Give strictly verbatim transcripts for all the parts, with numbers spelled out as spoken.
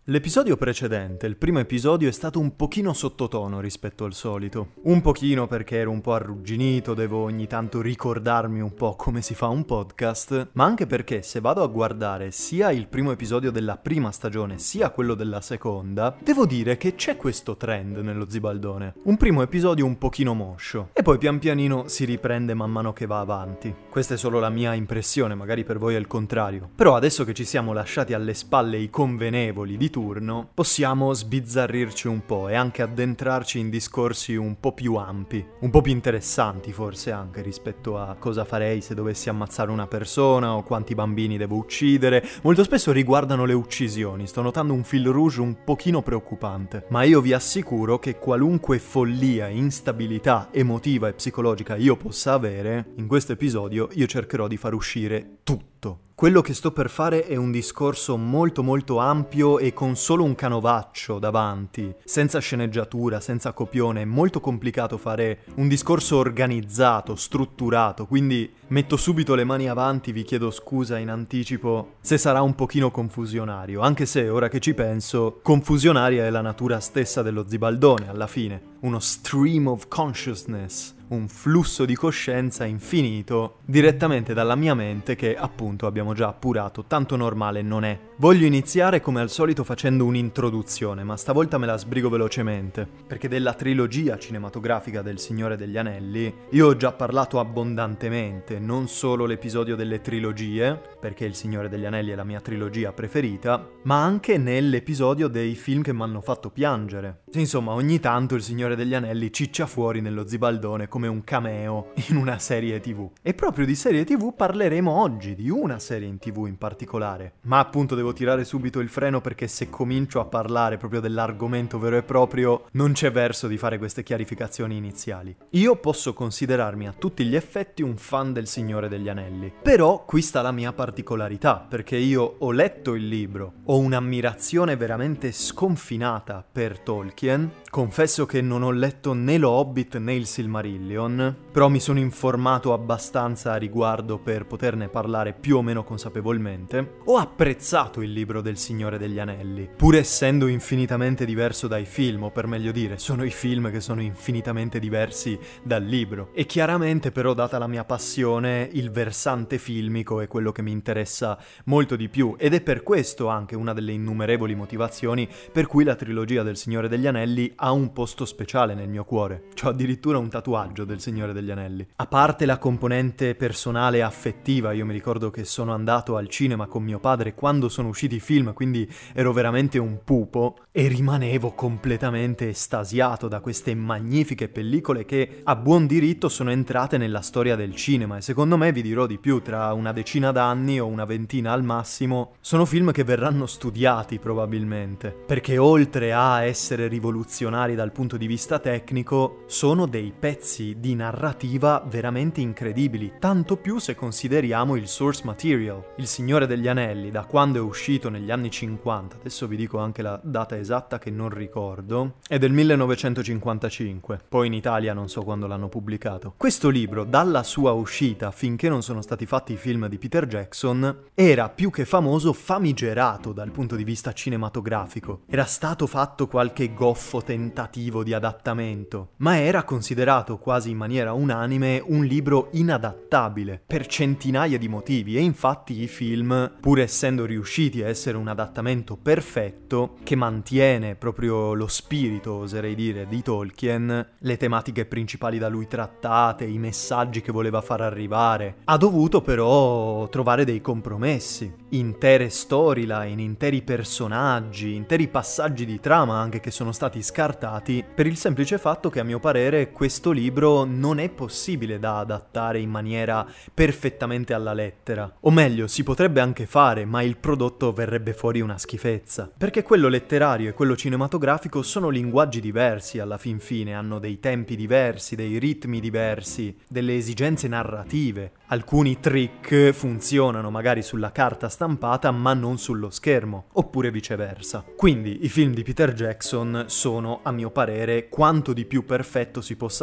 L'episodio precedente, il primo episodio, è stato un pochino sottotono rispetto al solito. Un pochino perché ero un po' arrugginito, devo ogni tanto ricordarmi un po' come si fa un podcast, ma anche perché se vado a guardare sia il primo episodio della prima stagione sia quello della seconda, devo dire che c'è questo trend nello Zibaldone. Un primo episodio un pochino moscio, e poi pian pianino si riprende man mano che va avanti. Questa è solo la mia impressione, magari per voi è il contrario. Però adesso che ci siamo lasciati alle spalle i convenevoli di turno, possiamo sbizzarrirci un po' e anche addentrarci in discorsi un po' più ampi, un po' più interessanti forse anche rispetto a cosa farei se dovessi ammazzare una persona o quanti bambini devo uccidere. Molto spesso riguardano le uccisioni, sto notando un fil rouge un pochino preoccupante, ma io vi assicuro che qualunque follia, instabilità emotiva e psicologica io possa avere, in questo episodio io cercherò di far uscire tutto. Quello che sto per fare è un discorso molto molto ampio e con solo un canovaccio davanti, senza sceneggiatura, senza copione. È molto complicato fare un discorso organizzato, strutturato, quindi metto subito le mani avanti, vi chiedo scusa in anticipo se sarà un pochino confusionario, anche se ora che ci penso, confusionaria è la natura stessa dello Zibaldone alla fine, uno stream of consciousness, un flusso di coscienza infinito direttamente dalla mia mente che appunto abbiamo già appurato tanto normale non è. Voglio iniziare come al solito facendo un'introduzione, ma stavolta me la sbrigo velocemente, perché della trilogia cinematografica del Signore degli Anelli io ho già parlato abbondantemente, non solo l'episodio delle trilogie, perché Il Signore degli Anelli è la mia trilogia preferita, ma anche nell'episodio dei film che mi hanno fatto piangere. Insomma, ogni tanto Il Signore degli Anelli ciccia fuori nello Zibaldone come un cameo in una serie tivù. E proprio di serie tivù parleremo oggi, di una serie in tivù in particolare. Ma appunto devo tirare subito il freno perché se comincio a parlare proprio dell'argomento vero e proprio non c'è verso di fare queste chiarificazioni iniziali. Io posso considerarmi a tutti gli effetti un fan del Signore degli Anelli, però qui sta la mia particolarità, perché io ho letto il libro, ho un'ammirazione veramente sconfinata per Tolkien, confesso che non ho letto né lo Hobbit né il Silmarillion, però mi sono informato abbastanza a riguardo per poterne parlare più o meno consapevolmente. Ho apprezzato il libro del Signore degli Anelli, pur essendo infinitamente diverso dai film, o per meglio dire, sono i film che sono infinitamente diversi dal libro. E chiaramente però, data la mia passione, il versante filmico è quello che mi interessa molto di più, ed è per questo anche una delle innumerevoli motivazioni per cui la trilogia del Signore degli Anelli ha un posto speciale nel mio cuore. C'ho addirittura un tatuaggio del Signore degli Anelli. A parte la componente personale e affettiva, io mi ricordo che sono andato al cinema con mio padre quando sono usciti i film, quindi ero veramente un pupo e rimanevo completamente estasiato da queste magnifiche pellicole che a buon diritto sono entrate nella storia del cinema e secondo me, vi dirò di più, tra una decina d'anni o una ventina al massimo, sono film che verranno studiati probabilmente, perché oltre a essere rivoluzionari dal punto di vista tecnico, sono dei pezzi di narrativa veramente incredibili, tanto più se consideriamo il source material. Il Signore degli Anelli, da quando è uscito negli anni cinquanta, adesso vi dico anche la data esatta che non ricordo, è del millenovecentocinquantacinque, poi in Italia non so quando l'hanno pubblicato. Questo libro, dalla sua uscita finché non sono stati fatti i film di Peter Jackson, era più che famoso famigerato dal punto di vista cinematografico. Era stato fatto qualche goffo tentativo di adattamento, ma era considerato quasi in maniera unanime un libro inadattabile per centinaia di motivi, e infatti i film, pur essendo riusciti a essere un adattamento perfetto che mantiene proprio lo spirito, oserei dire, di Tolkien, le tematiche principali da lui trattate, i messaggi che voleva far arrivare, ha dovuto però trovare dei compromessi, intere storyline, interi personaggi, interi passaggi di trama anche che sono stati scartati per il semplice fatto che a mio parere questo libro non è possibile da adattare in maniera perfettamente alla lettera. O meglio, si potrebbe anche fare, ma il prodotto verrebbe fuori una schifezza. Perché quello letterario e quello cinematografico sono linguaggi diversi alla fin fine, hanno dei tempi diversi, dei ritmi diversi, delle esigenze narrative. Alcuni trick funzionano magari sulla carta stampata ma non sullo schermo, oppure viceversa. Quindi i film di Peter Jackson sono, a mio parere, quanto di più perfetto si possa fare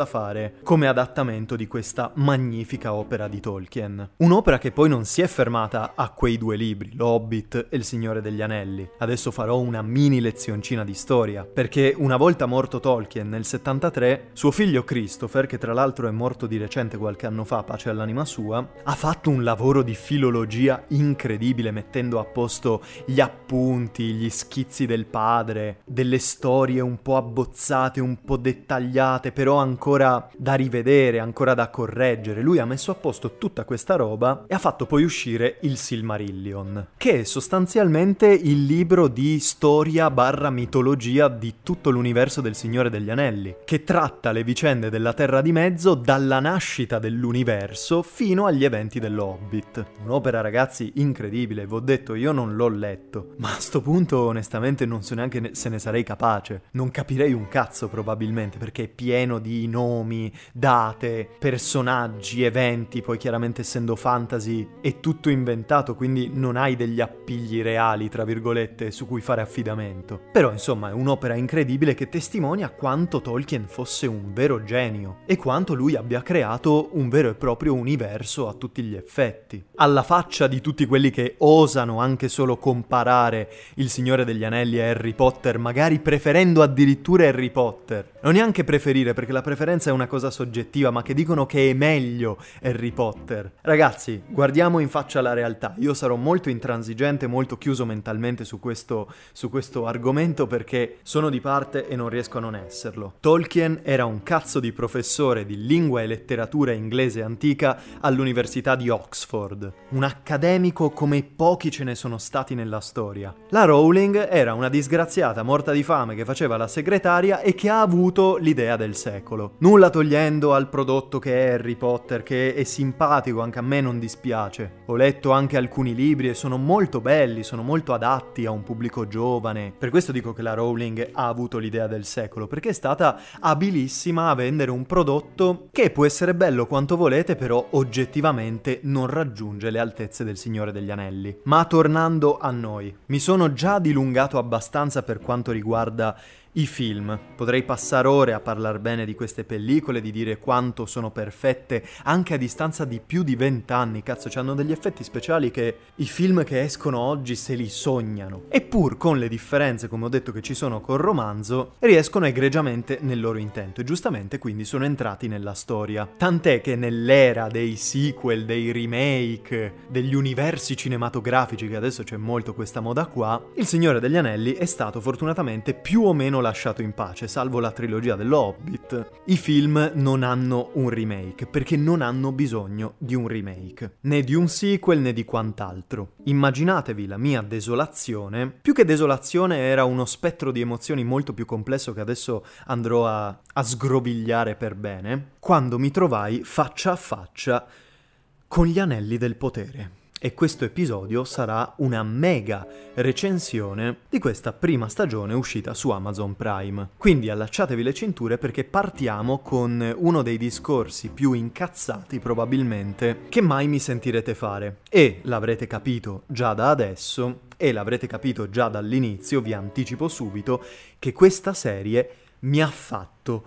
fare come adattamento di questa magnifica opera di Tolkien. Un'opera che poi non si è fermata a quei due libri, L'Hobbit e Il Signore degli Anelli. Adesso farò una mini lezioncina di storia, perché una volta morto Tolkien nel settantatré, suo figlio Christopher, che tra l'altro è morto di recente qualche anno fa, pace all'anima sua, ha fatto un lavoro di filologia incredibile, mettendo a posto gli appunti, gli schizzi del padre, delle storie un po' abbozzate, un po' dettagliate, però ancora da rivedere, ancora da correggere. Lui ha messo a posto tutta questa roba e ha fatto poi uscire il Silmarillion, che è sostanzialmente il libro di storia barra mitologia di tutto l'universo del Signore degli Anelli, che tratta le vicende della Terra di Mezzo dalla nascita dell'universo fino agli eventi dello Hobbit. Un'opera, ragazzi, incredibile. Vi ho detto, io non l'ho letto, ma a sto punto onestamente non so neanche ne- se ne sarei capace. Non capirei un cazzo probabilmente, perché è pieno di nomi, date, personaggi, eventi. Poi chiaramente essendo fantasy è tutto inventato, quindi non hai degli appigli reali, tra virgolette, su cui fare affidamento. Però insomma è un'opera incredibile che testimonia quanto Tolkien fosse un vero genio e quanto lui abbia creato un vero e proprio universo a tutti gli effetti. Alla faccia di tutti quelli che osano anche solo comparare Il Signore degli Anelli a Harry Potter, magari preferendo addirittura Harry Potter. Non neanche preferire, perché la preferenza è una cosa soggettiva, ma che dicono che è meglio Harry Potter. Ragazzi, guardiamo in faccia la realtà. Io sarò molto intransigente, molto chiuso mentalmente su questo, su questo argomento, perché sono di parte e non riesco a non esserlo. Tolkien era un cazzo di professore di lingua e letteratura inglese antica all'Università di Oxford. Un accademico come pochi ce ne sono stati nella storia. La Rowling era una disgraziata morta di fame che faceva la segretaria e che ha avuto l'idea del secolo. Nulla togliendo al prodotto che è Harry Potter, che è simpatico, anche a me non dispiace. Ho letto anche alcuni libri e sono molto belli, sono molto adatti a un pubblico giovane. Per questo dico che la Rowling ha avuto l'idea del secolo, perché è stata abilissima a vendere un prodotto che può essere bello quanto volete, però oggettivamente non raggiunge le altezze del Signore degli Anelli. Ma tornando a noi, mi sono già dilungato abbastanza per quanto riguarda i film. Potrei passare ore a parlare bene di queste pellicole, di dire quanto sono perfette anche a distanza di più di vent'anni. Cazzo, c'hanno degli effetti speciali che i film che escono oggi se li sognano. Eppur con le differenze, come ho detto, che ci sono col romanzo, riescono egregiamente nel loro intento e giustamente quindi sono entrati nella storia. Tant'è che nell'era dei sequel, dei remake, degli universi cinematografici, che adesso c'è molto questa moda qua, Il Signore degli Anelli è stato fortunatamente più o meno lasciato in pace, salvo la trilogia dello Hobbit. I film non hanno un remake, perché non hanno bisogno di un remake, né di un sequel né di quant'altro. Immaginatevi la mia desolazione, più che desolazione era uno spettro di emozioni molto più complesso che adesso andrò a, a sgrovigliare per bene, quando mi trovai faccia a faccia con gli Anelli del Potere. E questo episodio sarà una mega recensione di questa prima stagione uscita su Amazon Prime. Quindi allacciatevi le cinture, perché partiamo con uno dei discorsi più incazzati probabilmente che mai mi sentirete fare. E l'avrete capito già da adesso, e l'avrete capito già dall'inizio, vi anticipo subito, che questa serie mi ha fatto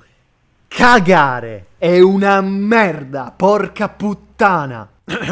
cagare! È una merda, porca puttana!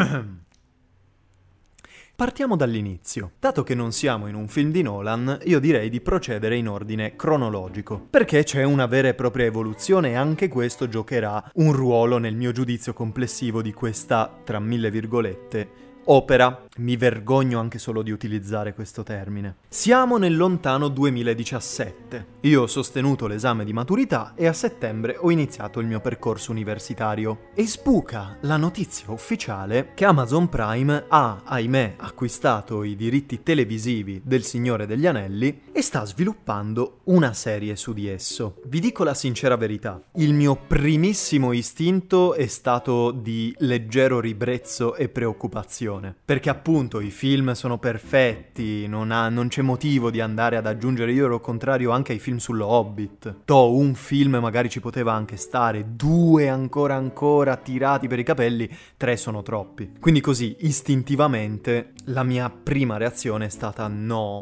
Partiamo dall'inizio. Dato che non siamo in un film di Nolan, io direi di procedere in ordine cronologico, perché c'è una vera e propria evoluzione e anche questo giocherà un ruolo nel mio giudizio complessivo di questa, tra mille virgolette, opera. Mi vergogno anche solo di utilizzare questo termine. Siamo nel lontano duemiladiciassette. Io ho sostenuto l'esame di maturità e a settembre ho iniziato il mio percorso universitario. E sbuca la notizia ufficiale che Amazon Prime ha, ahimè, acquistato i diritti televisivi del Signore degli Anelli e sta sviluppando una serie su di esso. Vi dico la sincera verità. Il mio primissimo istinto è stato di leggero ribrezzo e preoccupazione, perché appunto Appunto, i film sono perfetti, non, ha, non c'è motivo di andare ad aggiungere. Io ero contrario anche ai film sullo Hobbit. Toh, un film magari ci poteva anche stare, due ancora ancora tirati per i capelli, tre sono troppi. Quindi così, istintivamente, la mia prima reazione è stata no.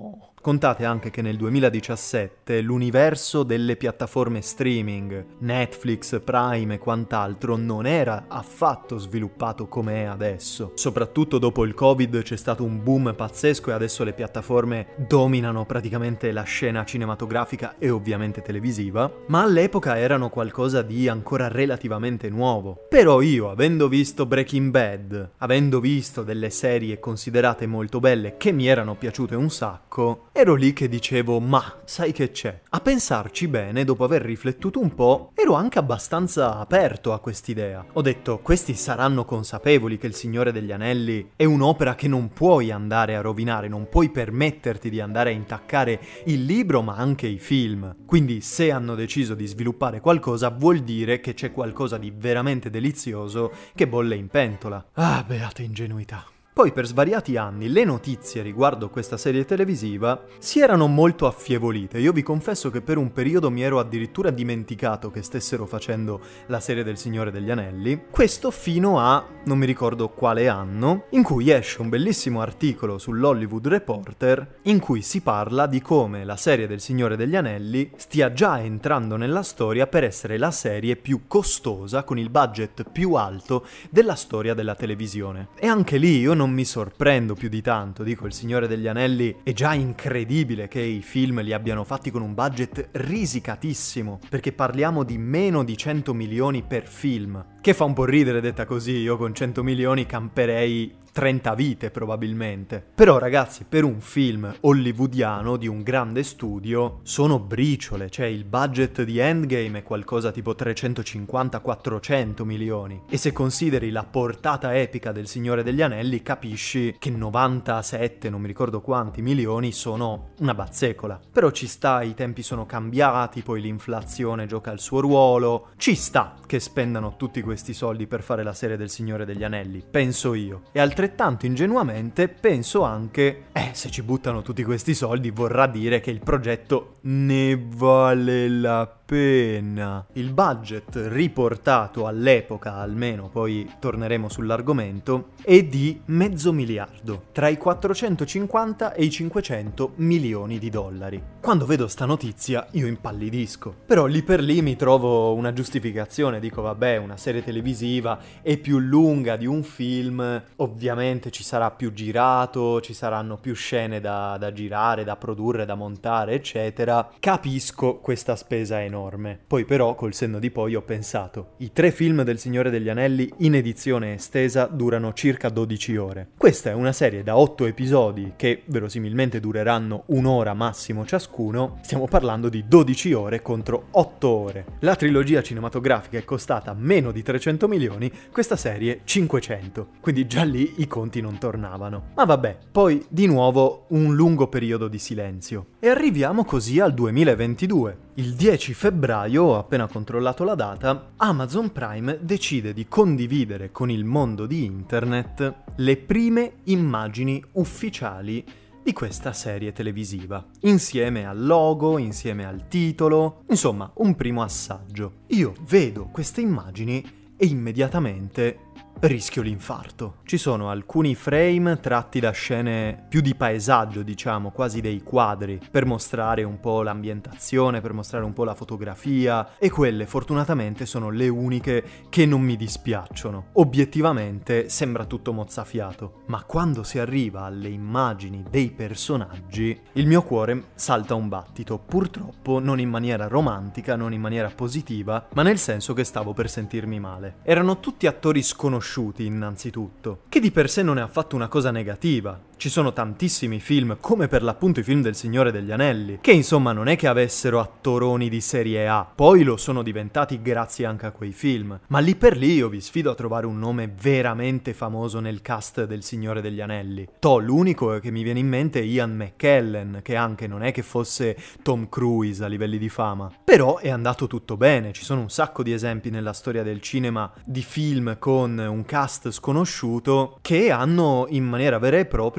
Contate anche che nel duemiladiciassette l'universo delle piattaforme streaming, Netflix, Prime e quant'altro, non era affatto sviluppato come è adesso. Soprattutto dopo il Covid c'è stato un boom pazzesco e adesso le piattaforme dominano praticamente la scena cinematografica e ovviamente televisiva, ma all'epoca erano qualcosa di ancora relativamente nuovo. Però io, avendo visto Breaking Bad, avendo visto delle serie considerate molto belle che mi erano piaciute un sacco, ero lì che dicevo, ma sai che c'è? A pensarci bene, dopo aver riflettuto un po', ero anche abbastanza aperto a quest'idea. Ho detto, questi saranno consapevoli che Il Signore degli Anelli è un'opera che non puoi andare a rovinare, non puoi permetterti di andare a intaccare il libro ma anche i film. Quindi se hanno deciso di sviluppare qualcosa vuol dire che c'è qualcosa di veramente delizioso che bolle in pentola. Ah, beata ingenuità. Poi per svariati anni le notizie riguardo questa serie televisiva si erano molto affievolite. Io vi confesso che per un periodo mi ero addirittura dimenticato che stessero facendo la serie del Signore degli Anelli. Questo fino a, non mi ricordo quale anno, in cui esce un bellissimo articolo sull'Hollywood Reporter in cui si parla di come la serie del Signore degli Anelli stia già entrando nella storia per essere la serie più costosa, con il budget più alto della storia della televisione. E anche lì io non mi sorprendo più di tanto, dico, Il Signore degli Anelli è già incredibile che i film li abbiano fatti con un budget risicatissimo, perché parliamo di meno di cento milioni per film, che fa un po' ridere detta così. Io con cento milioni camperei trenta vite probabilmente. Però ragazzi, per un film hollywoodiano di un grande studio sono briciole, cioè il budget di Endgame è qualcosa tipo trecentocinquanta quattrocento milioni, e se consideri la portata epica del Signore degli Anelli capisci che novantasette, non mi ricordo quanti milioni, sono una bazzecola. Però ci sta, i tempi sono cambiati, poi l'inflazione gioca il suo ruolo, ci sta che spendano tutti questi soldi per fare la serie del Signore degli Anelli, penso io. E altrettanto ingenuamente penso anche, eh, se ci buttano tutti questi soldi vorrà dire che il progetto ne vale la pena. Il budget riportato all'epoca, almeno, poi torneremo sull'argomento, è di mezzo miliardo, tra i quattrocentocinquanta e i cinquecento milioni di dollari. Quando vedo sta notizia io impallidisco, però lì per lì mi trovo una giustificazione, dico vabbè, una serie televisiva è più lunga di un film, ovviamente ci sarà più girato, ci saranno più scene da, da girare, da produrre, da montare, eccetera. Capisco questa spesa enorme. Poi però col senno di poi ho pensato, i tre film del Signore degli Anelli in edizione estesa durano circa dodici ore. Questa è una serie da otto episodi che verosimilmente dureranno un'ora massimo ciascuno, stiamo parlando di dodici ore contro otto ore. La trilogia cinematografica è costata meno di trecento milioni, questa serie cinquecento, quindi già lì i conti non tornavano. Ma vabbè, poi di nuovo un lungo periodo di silenzio. E arriviamo così al duemilaventidue. Il dieci febbraio, ho appena controllato la data, Amazon Prime decide di condividere con il mondo di internet le prime immagini ufficiali di questa serie televisiva, insieme al logo, insieme al titolo, insomma, un primo assaggio. Io vedo queste immagini e immediatamente rischio l'infarto. Ci sono alcuni frame tratti da scene più di paesaggio, diciamo, quasi dei quadri, per mostrare un po' l'ambientazione, per mostrare un po' la fotografia, e quelle fortunatamente sono le uniche che non mi dispiacciono. Obiettivamente sembra tutto mozzafiato, ma quando si arriva alle immagini dei personaggi, il mio cuore salta un battito, purtroppo non in maniera romantica, non in maniera positiva, ma nel senso che stavo per sentirmi male. Erano tutti attori sconosciuti innanzitutto, che di per sé non è affatto una cosa negativa. Ci sono tantissimi film, come per l'appunto i film del Signore degli Anelli, che insomma non è che avessero attoroni di serie A, poi lo sono diventati grazie anche a quei film, ma lì per lì io vi sfido a trovare un nome veramente famoso nel cast del Signore degli Anelli. Toh, l'unico che mi viene in mente è Ian McKellen, che anche non è che fosse Tom Cruise a livelli di fama, però è andato tutto bene. Ci sono un sacco di esempi nella storia del cinema di film con un cast sconosciuto che hanno in maniera vera e propria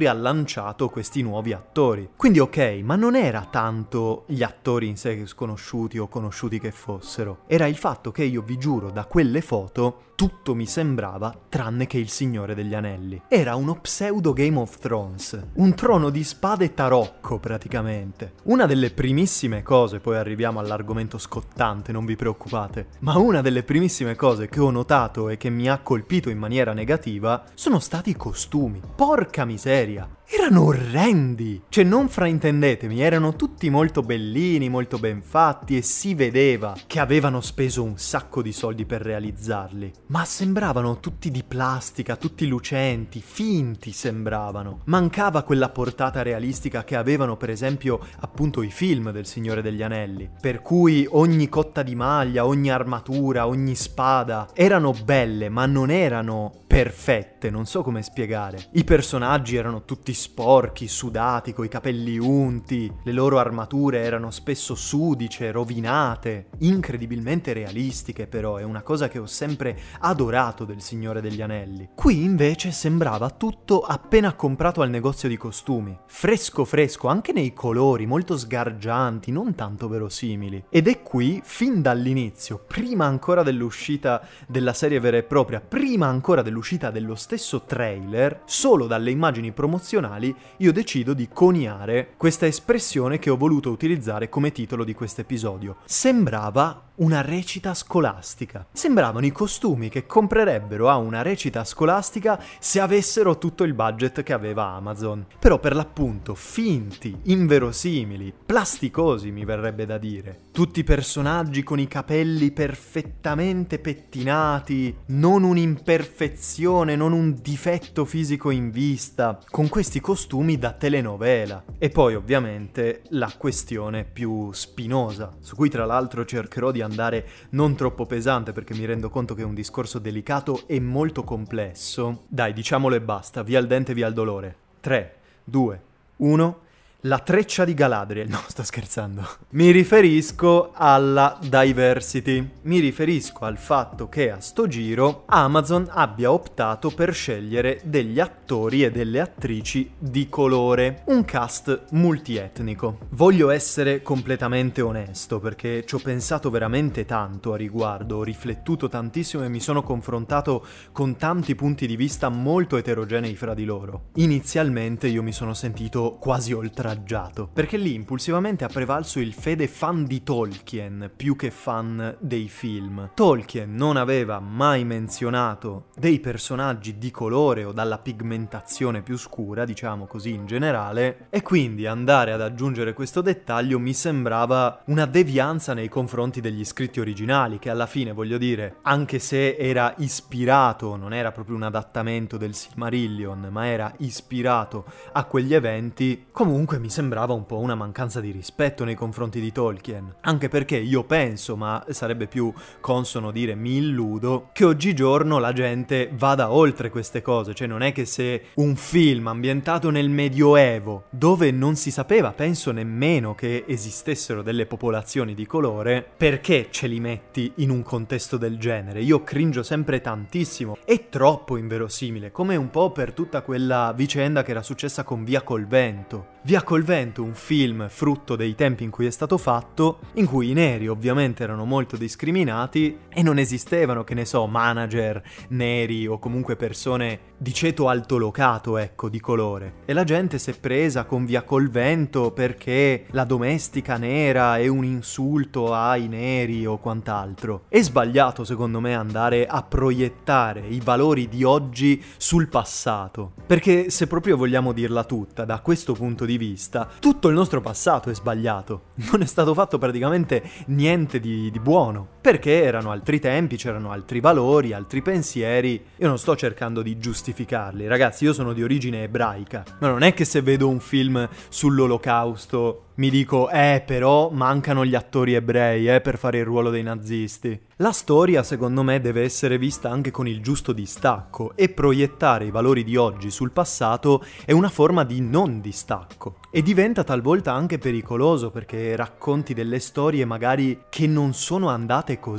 ha lanciato questi nuovi attori. Quindi ok, ma non era tanto gli attori in sé sconosciuti o conosciuti che fossero, era il fatto che io vi giuro da quelle foto tutto mi sembrava tranne che il Signore degli Anelli. Era uno pseudo Game of Thrones, un trono di spade tarocco praticamente. Una delle primissime cose, poi arriviamo all'argomento scottante, non vi preoccupate, ma una delle primissime cose che ho notato e che mi ha colpito in maniera negativa sono stati i costumi. Porca miseria! Erano orrendi! Cioè, non fraintendetemi, erano tutti molto bellini, molto ben fatti e si vedeva che avevano speso un sacco di soldi per realizzarli. Ma sembravano tutti di plastica, tutti lucenti, finti sembravano. Mancava quella portata realistica che avevano, per esempio, appunto i film del Signore degli Anelli, per cui ogni cotta di maglia, ogni armatura, ogni spada erano belle, ma non erano perfette, non so come spiegare. I personaggi erano tutti sporchi, sudati, coi capelli unti, le loro armature erano spesso sudice, rovinate, incredibilmente realistiche però, è una cosa che ho sempre adorato del Signore degli Anelli. Qui invece sembrava tutto appena comprato al negozio di costumi, fresco fresco, anche nei colori, molto sgargianti, non tanto verosimili. Ed è qui, fin dall'inizio, prima ancora dell'uscita della serie vera e propria, prima ancora dell'uscita dello stesso trailer, solo dalle immagini promozionali, io decido di coniare questa espressione che ho voluto utilizzare come titolo di questo episodio. Sembrava una recita scolastica. Sembravano i costumi che comprerebbero a una recita scolastica se avessero tutto il budget che aveva Amazon. Però per l'appunto finti, inverosimili, plasticosi mi verrebbe da dire. Tutti personaggi con i capelli perfettamente pettinati, non un'imperfezione, non un difetto fisico in vista, con questi costumi da telenovela. E poi ovviamente la questione più spinosa, su cui tra l'altro cercherò di andare non troppo pesante perché mi rendo conto che è un discorso delicato e molto complesso. Dai, diciamolo e basta, via il dente, via il dolore. tre, due, uno... La treccia di Galadriel, no, sto scherzando. Mi riferisco alla diversity. Mi riferisco al fatto che a sto giro Amazon abbia optato per scegliere degli attori e delle attrici di colore. Un cast multietnico. Voglio essere completamente onesto perché ci ho pensato veramente tanto a riguardo, ho riflettuto tantissimo e mi sono confrontato con tanti punti di vista molto eterogenei fra di loro. Inizialmente io mi sono sentito quasi oltre perché lì impulsivamente ha prevalso il fede fan di Tolkien più che fan dei film. Tolkien non aveva mai menzionato dei personaggi di colore o dalla pigmentazione più scura, diciamo così in generale, e quindi andare ad aggiungere questo dettaglio mi sembrava una devianza nei confronti degli scritti originali, che alla fine, voglio dire, anche se era ispirato, non era proprio un adattamento del Silmarillion, ma era ispirato a quegli eventi, comunque mi sembrava un po' una mancanza di rispetto nei confronti di Tolkien. Anche perché io penso, ma sarebbe più consono dire mi illudo, che oggigiorno la gente vada oltre queste cose. Cioè non è che se un film ambientato nel Medioevo, dove non si sapeva, penso nemmeno che esistessero delle popolazioni di colore, perché ce li metti in un contesto del genere? Io cringio sempre tantissimo. È troppo inverosimile, come un po' per tutta quella vicenda che era successa con Via col Vento. Via col Vento, un film frutto dei tempi in cui è stato fatto, in cui i neri ovviamente erano molto discriminati e non esistevano, che ne so, manager neri o comunque persone di ceto altolocato, ecco, di colore. E la gente si è presa con Via col Vento perché la domestica nera è un insulto ai neri o quant'altro. È sbagliato, secondo me, andare a proiettare i valori di oggi sul passato, perché se proprio vogliamo dirla tutta, da questo punto di vista, tutto il nostro passato è sbagliato. Non è stato fatto praticamente niente di, di buono, perché erano altri tempi, c'erano altri valori, altri pensieri. Io non sto cercando di giustificarli, ragazzi, io sono di origine ebraica, ma non è che se vedo un film sull'Olocausto mi dico, eh, però mancano gli attori ebrei, eh, per fare il ruolo dei nazisti. La storia, secondo me, deve essere vista anche con il giusto distacco, e proiettare i valori di oggi sul passato è una forma di non distacco. E diventa talvolta anche pericoloso, perché racconti delle storie magari che non sono andate così.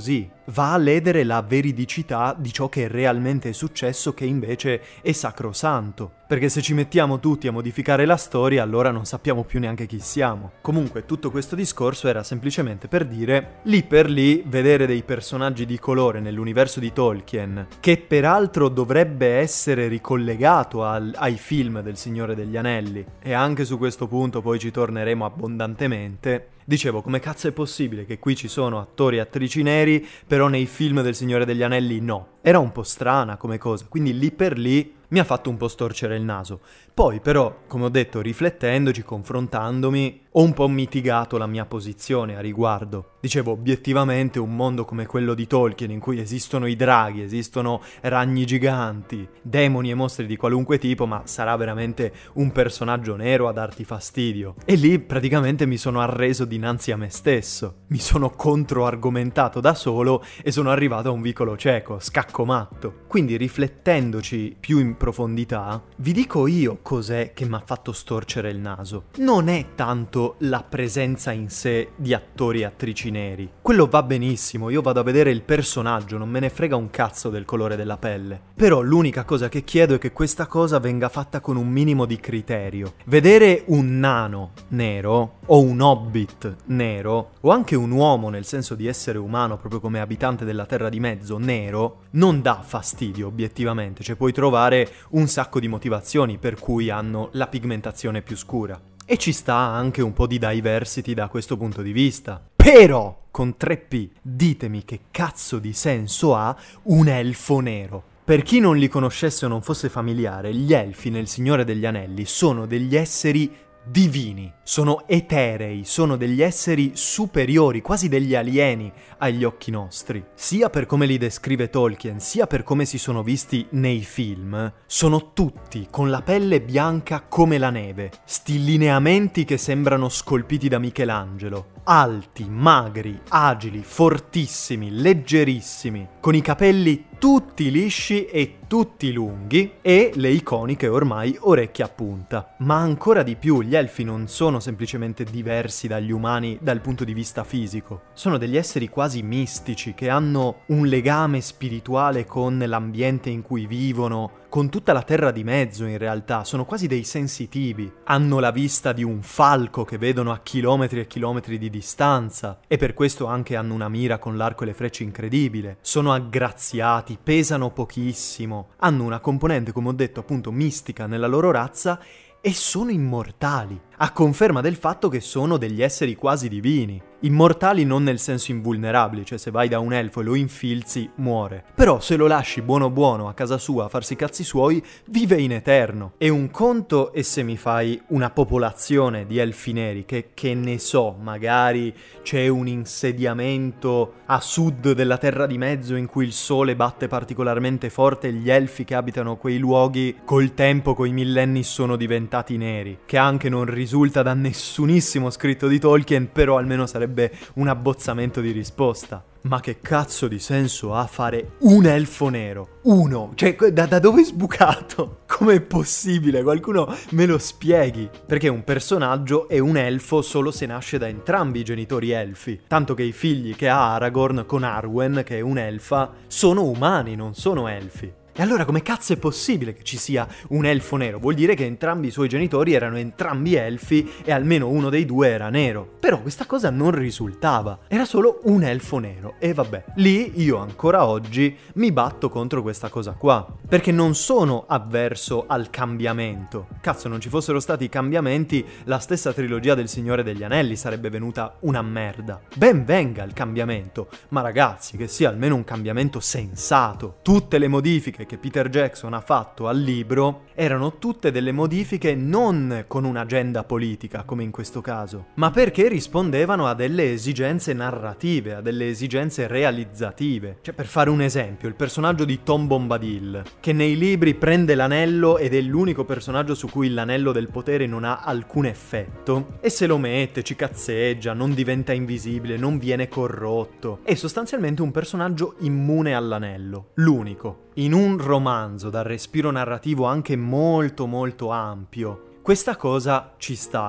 va a ledere la veridicità di ciò che realmente è successo, che invece è sacrosanto. Perché se ci mettiamo tutti a modificare la storia, allora non sappiamo più neanche chi siamo. Comunque, tutto questo discorso era semplicemente per dire, lì per lì, vedere dei personaggi di colore nell'universo di Tolkien, che peraltro dovrebbe essere ricollegato al, ai film del Signore degli Anelli, e anche su questo punto poi ci torneremo abbondantemente. Dicevo, come cazzo è possibile che qui ci sono attori e attrici neri, però nei film del Signore degli Anelli no? Era un po' strana come cosa, quindi lì per lì mi ha fatto un po' storcere il naso. Poi però, come ho detto, riflettendoci, confrontandomi, ho un po' mitigato la mia posizione a riguardo. Dicevo, obiettivamente un mondo come quello di Tolkien, in cui esistono i draghi, esistono ragni giganti, demoni e mostri di qualunque tipo, ma sarà veramente un personaggio nero a darti fastidio. E lì praticamente mi sono arreso dinanzi a me stesso. Mi sono controargomentato da solo e sono arrivato a un vicolo cieco, scacco matto. Quindi riflettendoci più in profondità, vi dico io cos'è che mi ha fatto storcere il naso. Non è tanto la presenza in sé di attori e attrici neri. Quello va benissimo, io vado a vedere il personaggio, non me ne frega un cazzo del colore della pelle. Però l'unica cosa che chiedo è che questa cosa venga fatta con un minimo di criterio. Vedere un nano nero, o un hobbit nero, o anche un uomo nel senso di essere umano, proprio come abitante della Terra di Mezzo, nero, non dà fastidio obiettivamente, cioè puoi trovare un sacco di motivazioni per cui hanno la pigmentazione più scura. E ci sta anche un po' di diversity da questo punto di vista. Però, con tre P, ditemi che cazzo di senso ha un elfo nero. Per chi non li conoscesse o non fosse familiare, gli elfi nel Signore degli Anelli sono degli esseri divini, sono eterei, sono degli esseri superiori, quasi degli alieni agli occhi nostri. Sia per come li descrive Tolkien, sia per come si sono visti nei film, sono tutti con la pelle bianca come la neve, sti lineamenti che sembrano scolpiti da Michelangelo, alti, magri, agili, fortissimi, leggerissimi, con i capelli tutti lisci e tutti lunghi e le iconiche ormai orecchie a punta. Ma ancora di più, gli elfi non sono semplicemente diversi dagli umani dal punto di vista fisico, sono degli esseri quasi mistici che hanno un legame spirituale con l'ambiente in cui vivono, con tutta la terra di mezzo in realtà, sono quasi dei sensitivi, hanno la vista di un falco che vedono a chilometri e chilometri di distanza e per questo anche hanno una mira con l'arco e le frecce incredibile, sono aggraziati, pesano pochissimo, hanno una componente, come ho detto, appunto mistica nella loro razza e sono immortali, a conferma del fatto che sono degli esseri quasi divini. Immortali non nel senso invulnerabili, cioè se vai da un elfo e lo infilzi, muore. Però se lo lasci buono buono a casa sua a farsi i cazzi suoi, vive in eterno. E un conto è se mi fai una popolazione di elfi neri, che, che ne so, magari c'è un insediamento a sud della Terra di Mezzo in cui il sole batte particolarmente forte e gli elfi che abitano quei luoghi col tempo, coi millenni, sono diventati neri. Che anche non risulta da nessunissimo scritto di Tolkien, però almeno sarebbe un abbozzamento di risposta. Ma che cazzo di senso ha fare un elfo nero? Uno! Cioè, da, da dove è sbucato? Com'è possibile? Qualcuno me lo spieghi. Perché un personaggio è un elfo solo se nasce da entrambi i genitori elfi. Tanto che i figli che ha Aragorn con Arwen, che è un'elfa, sono umani, non sono elfi. E allora come cazzo è possibile che ci sia un elfo nero? Vuol dire che entrambi i suoi genitori erano entrambi elfi e almeno uno dei due era nero. Però questa cosa non risultava, era solo un elfo nero. E vabbè, lì io ancora oggi mi batto contro questa cosa qua, perché non sono avverso al cambiamento. Cazzo, non ci fossero stati i cambiamenti, la stessa trilogia del Signore degli Anelli sarebbe venuta una merda. Ben venga il cambiamento, ma ragazzi, che sia almeno un cambiamento sensato. Tutte le modifiche che Peter Jackson ha fatto al libro erano tutte delle modifiche non con un'agenda politica, come in questo caso, ma perché rispondevano a delle esigenze narrative, a delle esigenze realizzative. Cioè, per fare un esempio, il personaggio di Tom Bombadil, che nei libri prende l'anello ed è l'unico personaggio su cui l'anello del potere non ha alcun effetto, e se lo mette, ci cazzeggia, non diventa invisibile, non viene corrotto. È sostanzialmente un personaggio immune all'anello, l'unico. In un romanzo dal respiro narrativo anche molto molto ampio, questa cosa ci stava.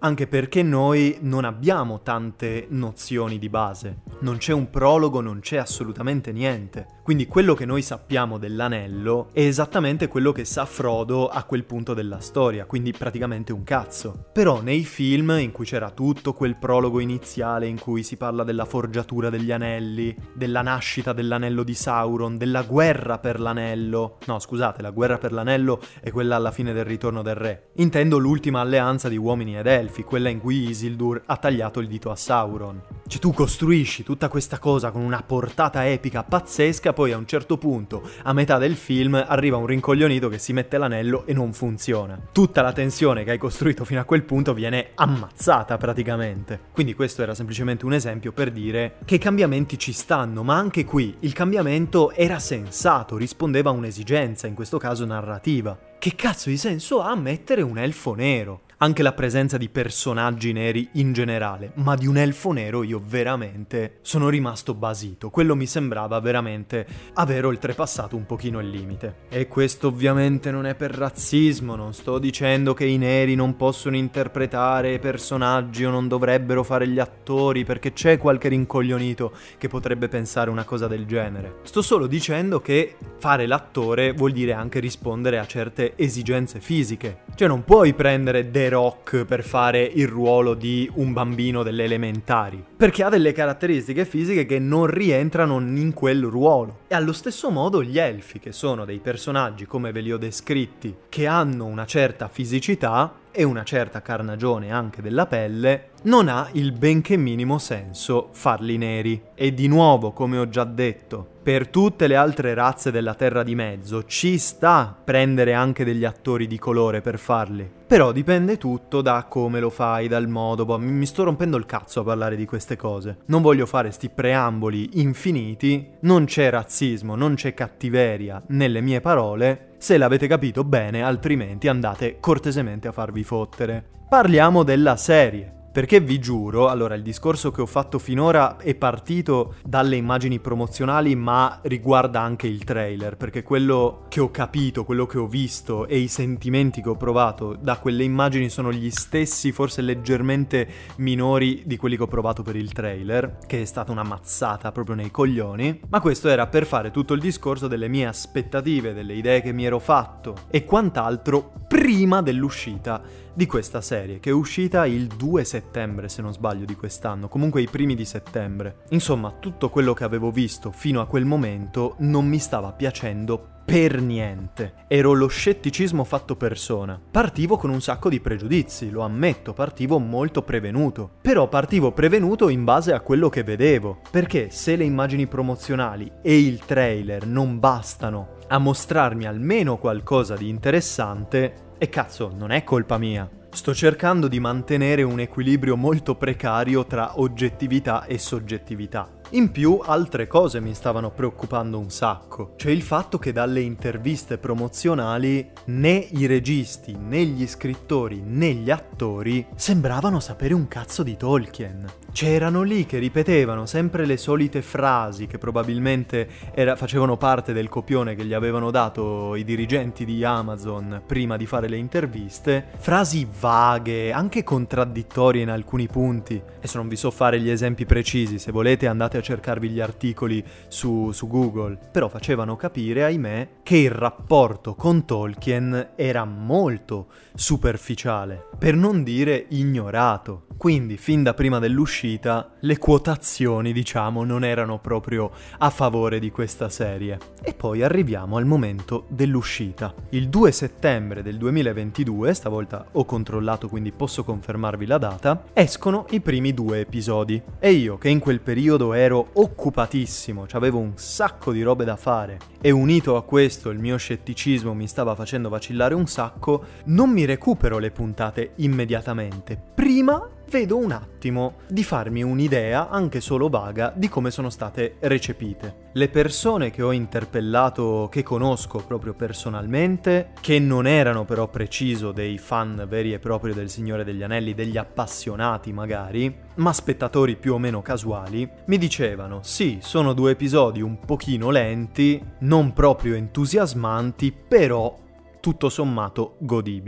anche perché noi non abbiamo tante nozioni di base. Non c'è un prologo, non c'è assolutamente niente. Quindi quello che noi sappiamo dell'anello è esattamente quello che sa Frodo a quel punto della storia, quindi praticamente un cazzo. Però nei film in cui c'era tutto quel prologo iniziale in cui si parla della forgiatura degli anelli, della nascita dell'anello di Sauron, della guerra per l'anello... No, scusate, la guerra per l'anello è quella alla fine del Ritorno del Re. Intendo l'ultima alleanza di uomini ed elfi, quella in cui Isildur ha tagliato il dito a Sauron. Cioè tu costruisci tutta questa cosa con una portata epica pazzesca, poi a un certo punto, a metà del film, arriva un rincoglionito che si mette l'anello e non funziona. Tutta la tensione che hai costruito fino a quel punto viene ammazzata praticamente. Quindi questo era semplicemente un esempio per dire che i cambiamenti ci stanno, ma anche qui il cambiamento era sensato, rispondeva a un'esigenza, in questo caso narrativa. Che cazzo di senso ha mettere un elfo nero? Anche la presenza di personaggi neri in generale, ma di un elfo nero io veramente sono rimasto basito. Quello mi sembrava veramente aver oltrepassato un pochino il limite. E questo ovviamente non è per razzismo, non sto dicendo che i neri non possono interpretare personaggi o non dovrebbero fare gli attori, perché c'è qualche rincoglionito che potrebbe pensare una cosa del genere. Sto solo dicendo che fare l'attore vuol dire anche rispondere a certe esigenze fisiche. Cioè non puoi prendere The Rock per fare il ruolo di un bambino delle elementari, perché ha delle caratteristiche fisiche che non rientrano in quel ruolo. E allo stesso modo gli elfi, che sono dei personaggi come ve li ho descritti, che hanno una certa fisicità e una certa carnagione anche della pelle, non ha il benché minimo senso farli neri. E di nuovo, come ho già detto, per tutte le altre razze della Terra di Mezzo ci sta prendere anche degli attori di colore per farli. Però dipende tutto da come lo fai, dal modo. Boh, mi sto rompendo il cazzo a parlare di queste cose. Non voglio fare sti preamboli infiniti. Non c'è razzismo, non c'è cattiveria nelle mie parole. Se l'avete capito bene, altrimenti andate cortesemente a farvi fottere. Parliamo della serie. Perché vi giuro, allora il discorso che ho fatto finora è partito dalle immagini promozionali, ma riguarda anche il trailer, perché quello che ho capito, quello che ho visto e i sentimenti che ho provato da quelle immagini sono gli stessi, forse leggermente minori di quelli che ho provato per il trailer, che è stata una mazzata proprio nei coglioni. Ma questo era per fare tutto il discorso delle mie aspettative, delle idee che mi ero fatto e quant'altro prima dell'uscita di questa serie, che è uscita il due settembre, se non sbaglio, di quest'anno, comunque i primi di settembre. Insomma, tutto quello che avevo visto fino a quel momento non mi stava piacendo per niente. Ero lo scetticismo fatto persona. Partivo con un sacco di pregiudizi, lo ammetto, partivo molto prevenuto. Però partivo prevenuto in base a quello che vedevo, perché se le immagini promozionali e il trailer non bastano a mostrarmi almeno qualcosa di interessante, e cazzo, non è colpa mia. Sto cercando di mantenere un equilibrio molto precario tra oggettività e soggettività. In più, altre cose mi stavano preoccupando un sacco. Cioè il fatto che dalle interviste promozionali né i registi, né gli scrittori, né gli attori sembravano sapere un cazzo di Tolkien. Cioè erano lì che ripetevano sempre le solite frasi che probabilmente era, facevano parte del copione che gli avevano dato i dirigenti di Amazon prima di fare le interviste. Frasi vaghe, anche contraddittorie in alcuni punti. Adesso non vi so fare gli esempi precisi, se volete andate a cercarvi gli articoli su, su Google, però facevano capire, ahimè, che il rapporto con Tolkien era molto superficiale, per non dire ignorato. Quindi, fin da prima dell'uscita, le quotazioni, diciamo, non erano proprio a favore di questa serie. E poi arriviamo al momento dell'uscita. Il due settembre del duemilaventidue, stavolta ho controllato quindi posso confermarvi la data, escono i primi due episodi. E io, che in quel periodo ero occupatissimo, avevo un sacco di robe da fare, e unito a questo il mio scetticismo mi stava facendo vacillare un sacco, non mi recupero le puntate immediatamente. Prima vedo un attimo di farmi un'idea, anche solo vaga, di come sono state recepite. Le persone che ho interpellato, che conosco proprio personalmente, che non erano però preciso dei fan veri e propri del Signore degli Anelli, degli appassionati magari, ma spettatori più o meno casuali, mi dicevano sì, sono due episodi un pochino lenti, non proprio entusiasmanti, però tutto sommato godibili.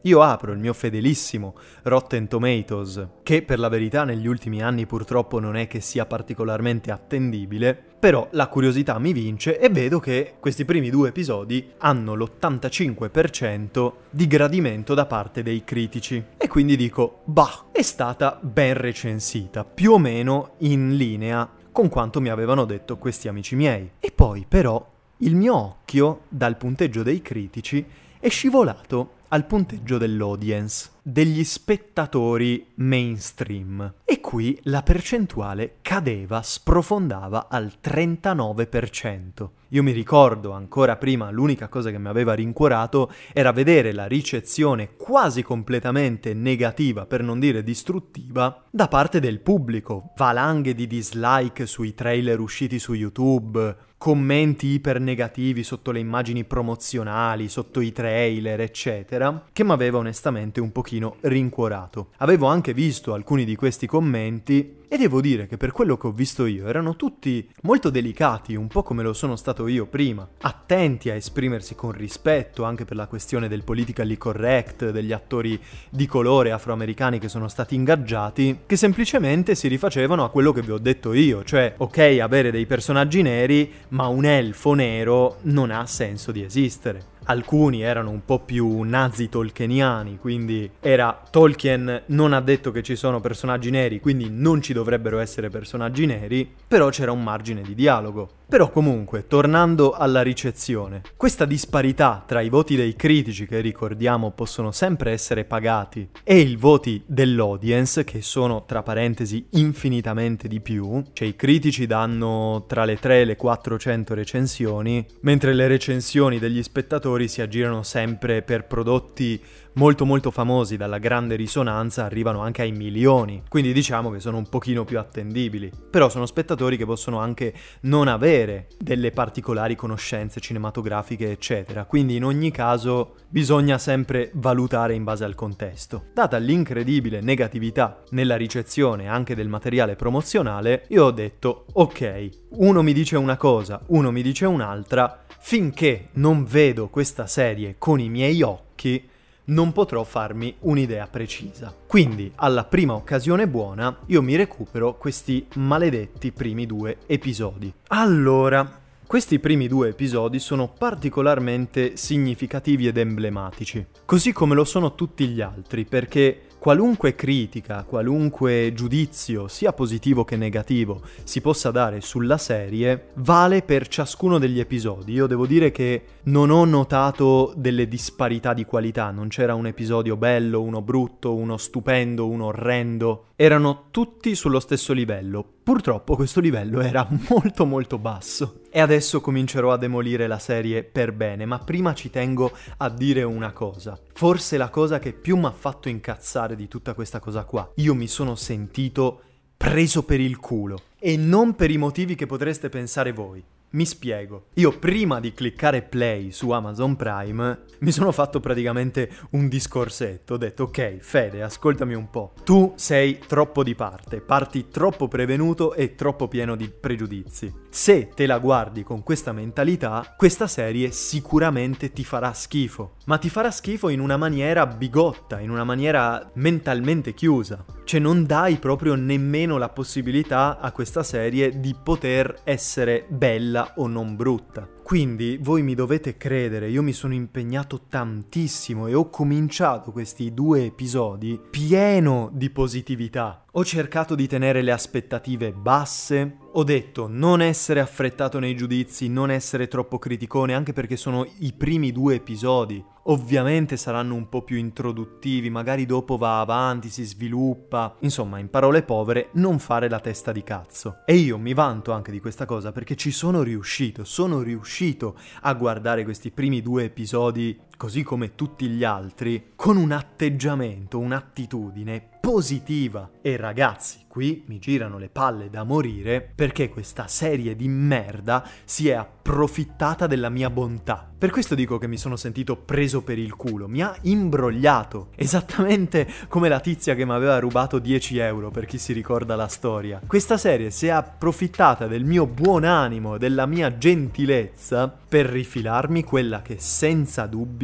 io apro il mio fedelissimo Rotten Tomatoes, che per la verità negli ultimi anni purtroppo non è che sia particolarmente attendibile, però la curiosità mi vince e vedo che questi primi due episodi hanno l'ottantacinque per cento di gradimento da parte dei critici. E quindi dico, bah, è stata ben recensita, più o meno in linea con quanto mi avevano detto questi amici miei. E poi però il mio occhio dal punteggio dei critici è scivolato al punteggio dell'audience, degli spettatori mainstream. E qui la percentuale cadeva, sprofondava al trentanove per cento. Io mi ricordo ancora prima, l'unica cosa che mi aveva rincuorato era vedere la ricezione quasi completamente negativa, per non dire distruttiva, da parte del pubblico. Valanghe di dislike sui trailer usciti su YouTube, commenti iper negativi sotto le immagini promozionali, sotto i trailer, eccetera, che mi aveva onestamente un pochino rincuorato. Avevo anche visto alcuni di questi commenti e devo dire che per quello che ho visto io erano tutti molto delicati, un po' come lo sono stato io prima, attenti a esprimersi con rispetto anche per la questione del politically correct, degli attori di colore afroamericani che sono stati ingaggiati, che semplicemente si rifacevano a quello che vi ho detto io, cioè ok avere dei personaggi neri, ma un elfo nero non ha senso di esistere. Alcuni erano un po' più nazi tolkieniani, quindi era Tolkien non ha detto che ci sono personaggi neri, quindi non ci dovrebbero essere personaggi neri, però c'era un margine di dialogo. Però comunque, tornando alla ricezione, questa disparità tra i voti dei critici, che ricordiamo possono sempre essere pagati, e i voti dell'audience, che sono tra parentesi infinitamente di più, cioè i critici danno tra le tre e le quattrocento recensioni, mentre le recensioni degli spettatori si aggirano sempre per prodotti molto molto famosi dalla grande risonanza, arrivano anche ai milioni, quindi diciamo che sono un pochino più attendibili. Però sono spettatori che possono anche non avere delle particolari conoscenze cinematografiche eccetera, quindi in ogni caso bisogna sempre valutare in base al contesto. Data l'incredibile negatività nella ricezione anche del materiale promozionale, io ho detto ok, uno mi dice una cosa, uno mi dice un'altra, finché non vedo questa serie con i miei occhi non potrò farmi un'idea precisa. Quindi, alla prima occasione buona, io mi recupero questi maledetti primi due episodi. Allora, questi primi due episodi sono particolarmente significativi ed emblematici, così come lo sono tutti gli altri, perché qualunque critica, qualunque giudizio, sia positivo che negativo, si possa dare sulla serie, vale per ciascuno degli episodi. Io devo dire che non ho notato delle disparità di qualità, non c'era un episodio bello, uno brutto, uno stupendo, uno orrendo, erano tutti sullo stesso livello. Purtroppo questo livello era molto molto basso. E adesso comincerò a demolire la serie per bene, ma prima ci tengo a dire una cosa. Forse la cosa che più mi ha fatto incazzare di tutta questa cosa qua. Io mi sono sentito preso per il culo. E non per i motivi che potreste pensare voi. Mi spiego. Io prima di cliccare play su Amazon Prime mi sono fatto praticamente un discorsetto. Ho detto ok Fede, ascoltami un po'. Tu sei troppo di parte, parti troppo prevenuto e troppo pieno di pregiudizi. Se te la guardi con questa mentalità, questa serie sicuramente ti farà schifo. Ma ti farà schifo in una maniera bigotta, in una maniera mentalmente chiusa. Cioè non dai proprio nemmeno la possibilità a questa serie di poter essere bella o non brutta. Quindi voi mi dovete credere, io mi sono impegnato tantissimo e ho cominciato questi due episodi pieno di positività. Ho cercato di tenere le aspettative basse, ho detto non essere affrettato nei giudizi, non essere troppo criticone, anche perché sono i primi due episodi. Ovviamente saranno un po' più introduttivi, magari dopo va avanti, si sviluppa. Insomma, in parole povere, non fare la testa di cazzo. E io mi vanto anche di questa cosa perché ci sono riuscito, sono riuscito a guardare questi primi due episodi, così come tutti gli altri, con un atteggiamento, un'attitudine positiva. E ragazzi, qui mi girano le palle da morire perché questa serie di merda si è approfittata della mia bontà. Per questo dico che mi sono sentito preso per il culo, mi ha imbrogliato, esattamente come la tizia che mi aveva rubato dieci euro, per chi si ricorda la storia. Questa serie si è approfittata del mio buon animo, della mia gentilezza, per rifilarmi quella che senza dubbio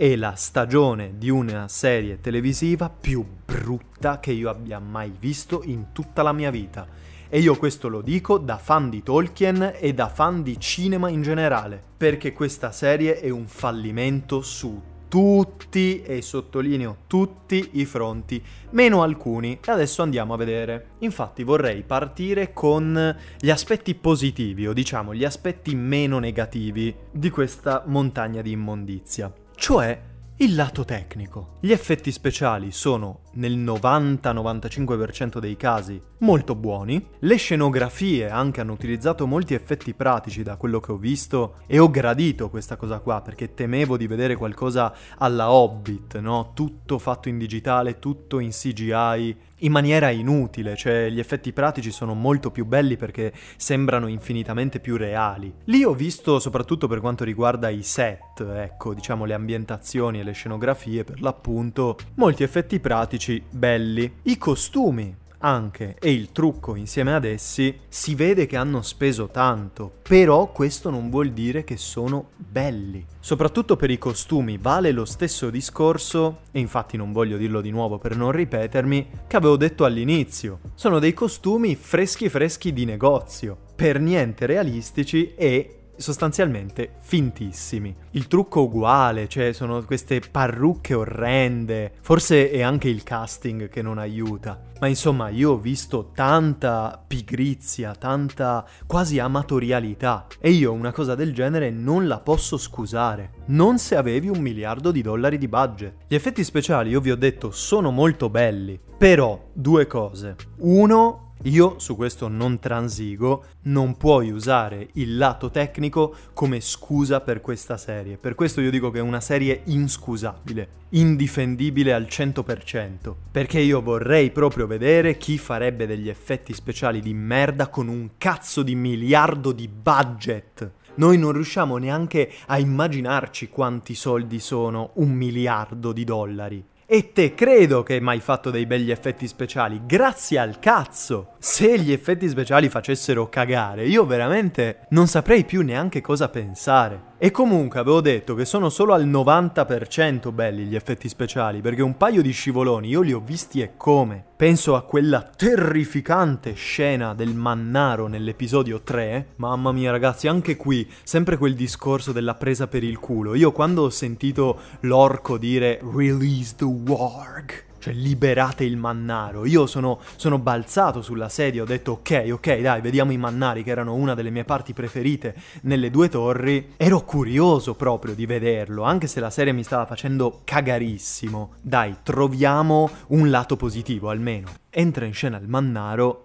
è la stagione di una serie televisiva più brutta che io abbia mai visto in tutta la mia vita. E io questo lo dico da fan di Tolkien e da fan di cinema in generale, perché questa serie è un fallimento su tutti, e sottolineo tutti i fronti, meno alcuni, e adesso andiamo a vedere. Infatti vorrei partire con gli aspetti positivi, o diciamo gli aspetti meno negativi di questa montagna di immondizia, cioè il lato tecnico. Gli effetti speciali sono nel novanta novantacinque per cento dei casi molto buoni, le scenografie anche hanno utilizzato molti effetti pratici da quello che ho visto e ho gradito questa cosa qua perché temevo di vedere qualcosa alla Hobbit, no? Tutto fatto in digitale, tutto in C G I, in maniera inutile, cioè gli effetti pratici sono molto più belli perché sembrano infinitamente più reali. Lì ho visto, soprattutto per quanto riguarda i set, ecco, diciamo le ambientazioni e le scenografie per l'appunto, molti effetti pratici belli. I costumi anche e il trucco insieme ad essi si vede che hanno speso tanto, però questo non vuol dire che sono belli. Soprattutto per i costumi vale lo stesso discorso, e infatti non voglio dirlo di nuovo per non ripetermi, che avevo detto all'inizio. Sono dei costumi freschi freschi di negozio, per niente realistici e sostanzialmente fintissimi. Il trucco uguale, cioè sono queste parrucche orrende, forse è anche il casting che non aiuta, ma insomma io ho visto tanta pigrizia, tanta quasi amatorialità e io una cosa del genere non la posso scusare, non se avevi un miliardo di dollari di budget. Gli effetti speciali, io vi ho detto, sono molto belli, però due cose. Uno, io su questo non transigo, non puoi usare il lato tecnico come scusa per questa serie. Per questo io dico che è una serie inscusabile, indifendibile al cento per cento. Perché io vorrei proprio vedere chi farebbe degli effetti speciali di merda con un cazzo di miliardo di budget. Noi non riusciamo neanche a immaginarci quanti soldi sono un miliardo di dollari. E te credo che hai mai fatto dei begli effetti speciali, grazie al cazzo! Se gli effetti speciali facessero cagare, io veramente non saprei più neanche cosa pensare. E comunque avevo detto che sono solo al novanta per cento belli gli effetti speciali, perché un paio di scivoloni io li ho visti e come. Penso a quella terrificante scena del Mannaro nell'episodio tre. Mamma mia ragazzi, anche qui, sempre quel discorso della presa per il culo. Io quando ho sentito l'orco dire "Release the warg", cioè liberate il Mannaro, io sono, sono balzato sulla sedia, ho detto ok, ok, dai, vediamo i Mannari, che erano una delle mie parti preferite nelle Due Torri. Ero curioso proprio di vederlo, anche se la serie mi stava facendo cagarissimo. Dai, troviamo un lato positivo almeno. Entra in scena il Mannaro.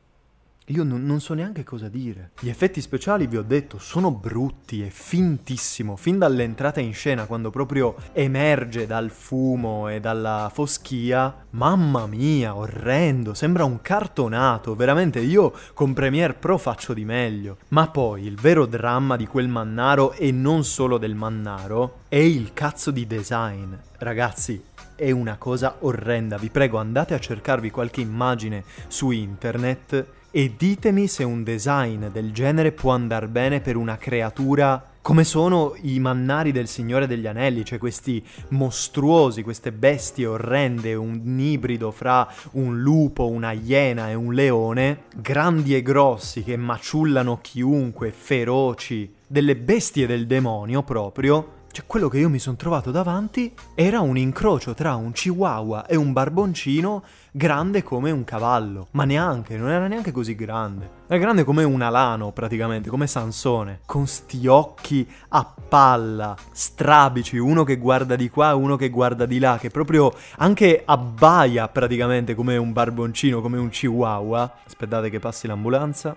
Io non, non so neanche cosa dire. Gli effetti speciali, vi ho detto, sono brutti e fintissimo. Fin dall'entrata in scena, quando proprio emerge dal fumo e dalla foschia, mamma mia, orrendo, sembra un cartonato. Veramente, io con Premiere Pro faccio di meglio. Ma poi, il vero dramma di quel Mannaro, e non solo del Mannaro, è il cazzo di design. Ragazzi, è una cosa orrenda. Vi prego, andate a cercarvi qualche immagine su internet e ditemi se un design del genere può andar bene per una creatura come sono i Mannari del Signore degli Anelli, cioè questi mostruosi, queste bestie orrende, un ibrido fra un lupo, una iena e un leone, grandi e grossi che maciullano chiunque, feroci, delle bestie del demonio proprio. Cioè, quello che io mi sono trovato davanti era un incrocio tra un chihuahua e un barboncino grande come un cavallo. Ma neanche, non era neanche così grande. Era grande come un alano, praticamente, come Sansone. Con sti occhi a palla, strabici, uno che guarda di qua e uno che guarda di là, che proprio anche abbaia praticamente come un barboncino, come un chihuahua. Aspettate che passi l'ambulanza.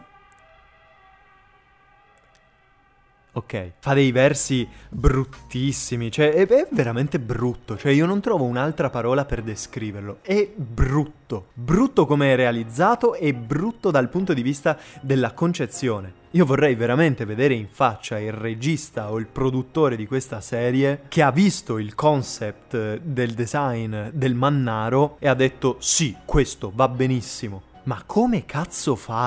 Ok, fa dei versi bruttissimi, cioè è, è veramente brutto, cioè io non trovo un'altra parola per descriverlo, è brutto, brutto come è realizzato e brutto dal punto di vista della concezione. Io vorrei veramente vedere in faccia il regista o il produttore di questa serie che ha visto il concept del design del Mannaro e ha detto sì, questo va benissimo, ma come cazzo fai?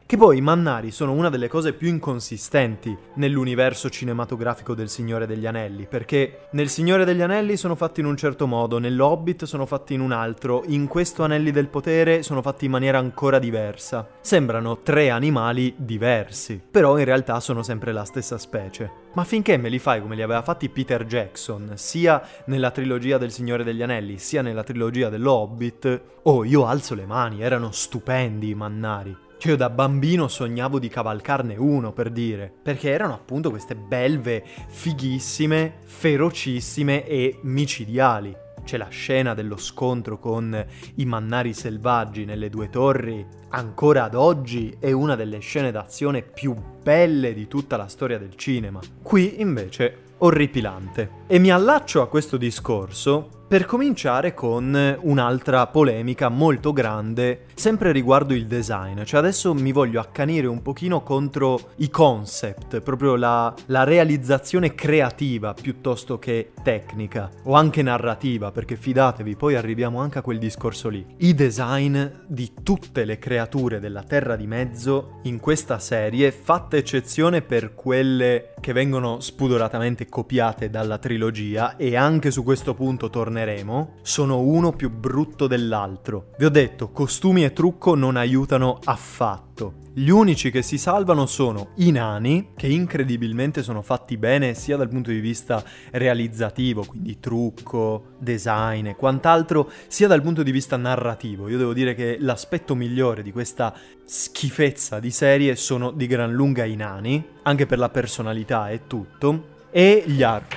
Che poi i Mannari sono una delle cose più inconsistenti nell'universo cinematografico del Signore degli Anelli, perché nel Signore degli Anelli sono fatti in un certo modo, nell'Hobbit sono fatti in un altro, in questo Anelli del Potere sono fatti in maniera ancora diversa. Sembrano tre animali diversi, però in realtà sono sempre la stessa specie. Ma finché me li fai come li aveva fatti Peter Jackson, sia nella trilogia del Signore degli Anelli, sia nella trilogia dell'Hobbit, oh, io alzo le mani, erano stupendi i Mannari. Cioè io da bambino sognavo di cavalcarne uno, per dire, perché erano appunto queste belve fighissime, ferocissime e micidiali. C'è la scena dello scontro con i Mannari selvaggi nelle due torri, ancora ad oggi è una delle scene d'azione più belle di tutta la storia del cinema. Qui invece orripilante. E mi allaccio a questo discorso per cominciare con un'altra polemica molto grande, sempre riguardo il design. Cioè adesso mi voglio accanire un pochino contro i concept, proprio la, la realizzazione creativa piuttosto che tecnica, o anche narrativa, perché fidatevi, poi arriviamo anche a quel discorso lì. I design di tutte le creature della Terra di Mezzo in questa serie, fatta eccezione per quelle che vengono spudoratamente copiate dalla trilogia, e anche su questo punto torneremo, sono uno più brutto dell'altro. Vi ho detto, costumi e trucco non aiutano affatto. Gli unici che si salvano sono i nani, che incredibilmente sono fatti bene sia dal punto di vista realizzativo, quindi trucco, design e quant'altro, sia dal punto di vista narrativo. Io devo dire che l'aspetto migliore di questa schifezza di serie sono di gran lunga i nani, anche per la personalità e tutto, e gli archi.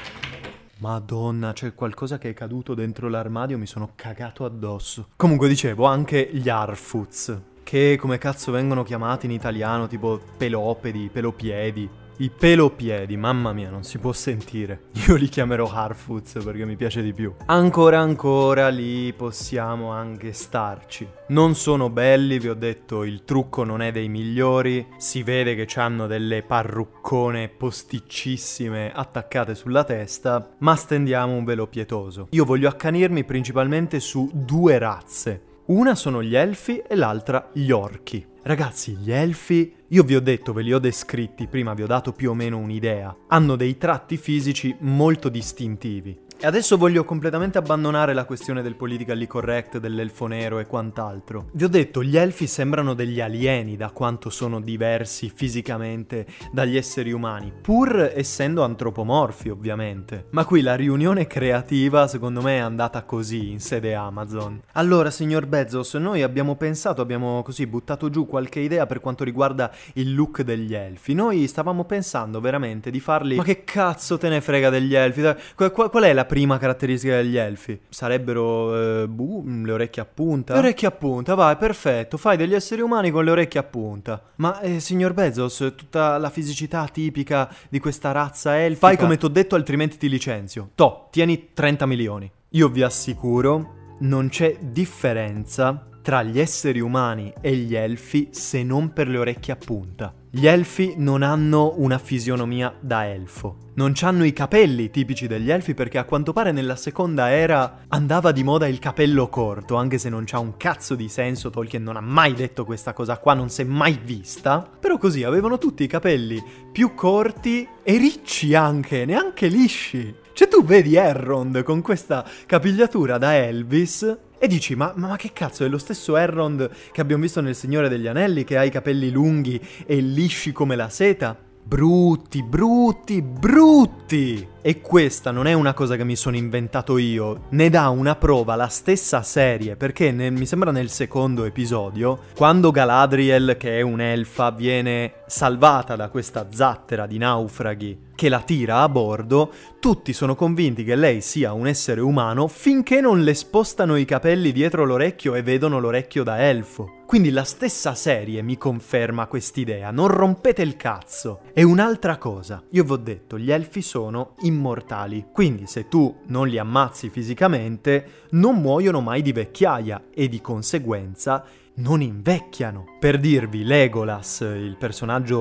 Madonna, c'è qualcosa che è caduto dentro l'armadio, mi sono cagato addosso. Comunque dicevo, anche gli Harfoots, che come cazzo vengono chiamati in italiano, tipo pelopedi, pelopiedi. I pelopiedi, mamma mia, non si può sentire. Io li chiamerò Harfoots perché mi piace di più. Ancora ancora lì possiamo anche starci. Non sono belli, vi ho detto, il trucco non è dei migliori. Si vede che hanno delle parruccone posticcissime attaccate sulla testa, ma stendiamo un velo pietoso. Io voglio accanirmi principalmente su due razze. Una sono gli elfi e l'altra gli orchi. Ragazzi, gli elfi, io vi ho detto, ve li ho descritti, prima vi ho dato più o meno un'idea. Hanno dei tratti fisici molto distintivi. E adesso voglio completamente abbandonare la questione del politically correct, dell'elfo nero e quant'altro. Vi ho detto, gli elfi sembrano degli alieni da quanto sono diversi fisicamente dagli esseri umani, pur essendo antropomorfi ovviamente. Ma qui la riunione creativa secondo me è andata così in sede Amazon. Allora, signor Bezos, noi abbiamo pensato, abbiamo così buttato giù qualche idea per quanto riguarda il look degli elfi. Noi stavamo pensando veramente di farli... Ma che cazzo te ne frega degli elfi? Qual, qual, qual è la prima caratteristica degli elfi? Sarebbero, eh, buh, le orecchie a punta? Le orecchie a punta, vai, perfetto. Fai degli esseri umani con le orecchie a punta. Ma, eh, signor Bezos, tutta la fisicità tipica di questa razza elfica... Fai come t'ho detto, altrimenti ti licenzio. Toh, tieni trenta milioni. Io vi assicuro, non c'è differenza tra gli esseri umani e gli elfi se non per le orecchie a punta. Gli elfi non hanno una fisionomia da elfo. Non c'hanno i capelli tipici degli elfi perché a quanto pare nella seconda era andava di moda il capello corto, anche se non c'ha un cazzo di senso, Tolkien non ha mai detto questa cosa qua, non si è mai vista. Però così avevano tutti i capelli più corti e ricci anche, neanche lisci. Cioè tu vedi Elrond con questa capigliatura da Elvis e dici ma, ma che cazzo è lo stesso Elrond che abbiamo visto nel Signore degli Anelli, che ha i capelli lunghi e lisci come la seta? Brutti, brutti, brutti! E questa non è una cosa che mi sono inventato io, ne dà una prova la stessa serie, perché nel, mi sembra nel secondo episodio, quando Galadriel, che è un'elfa, viene salvata da questa zattera di naufraghi che la tira a bordo, tutti sono convinti che lei sia un essere umano finché non le spostano i capelli dietro l'orecchio e vedono l'orecchio da elfo. Quindi la stessa serie mi conferma quest'idea, non rompete il cazzo. E un'altra cosa, io vi ho detto, gli elfi sono immortali, quindi se tu non li ammazzi fisicamente, non muoiono mai di vecchiaia e di conseguenza non invecchiano. Per dirvi, Legolas, il personaggio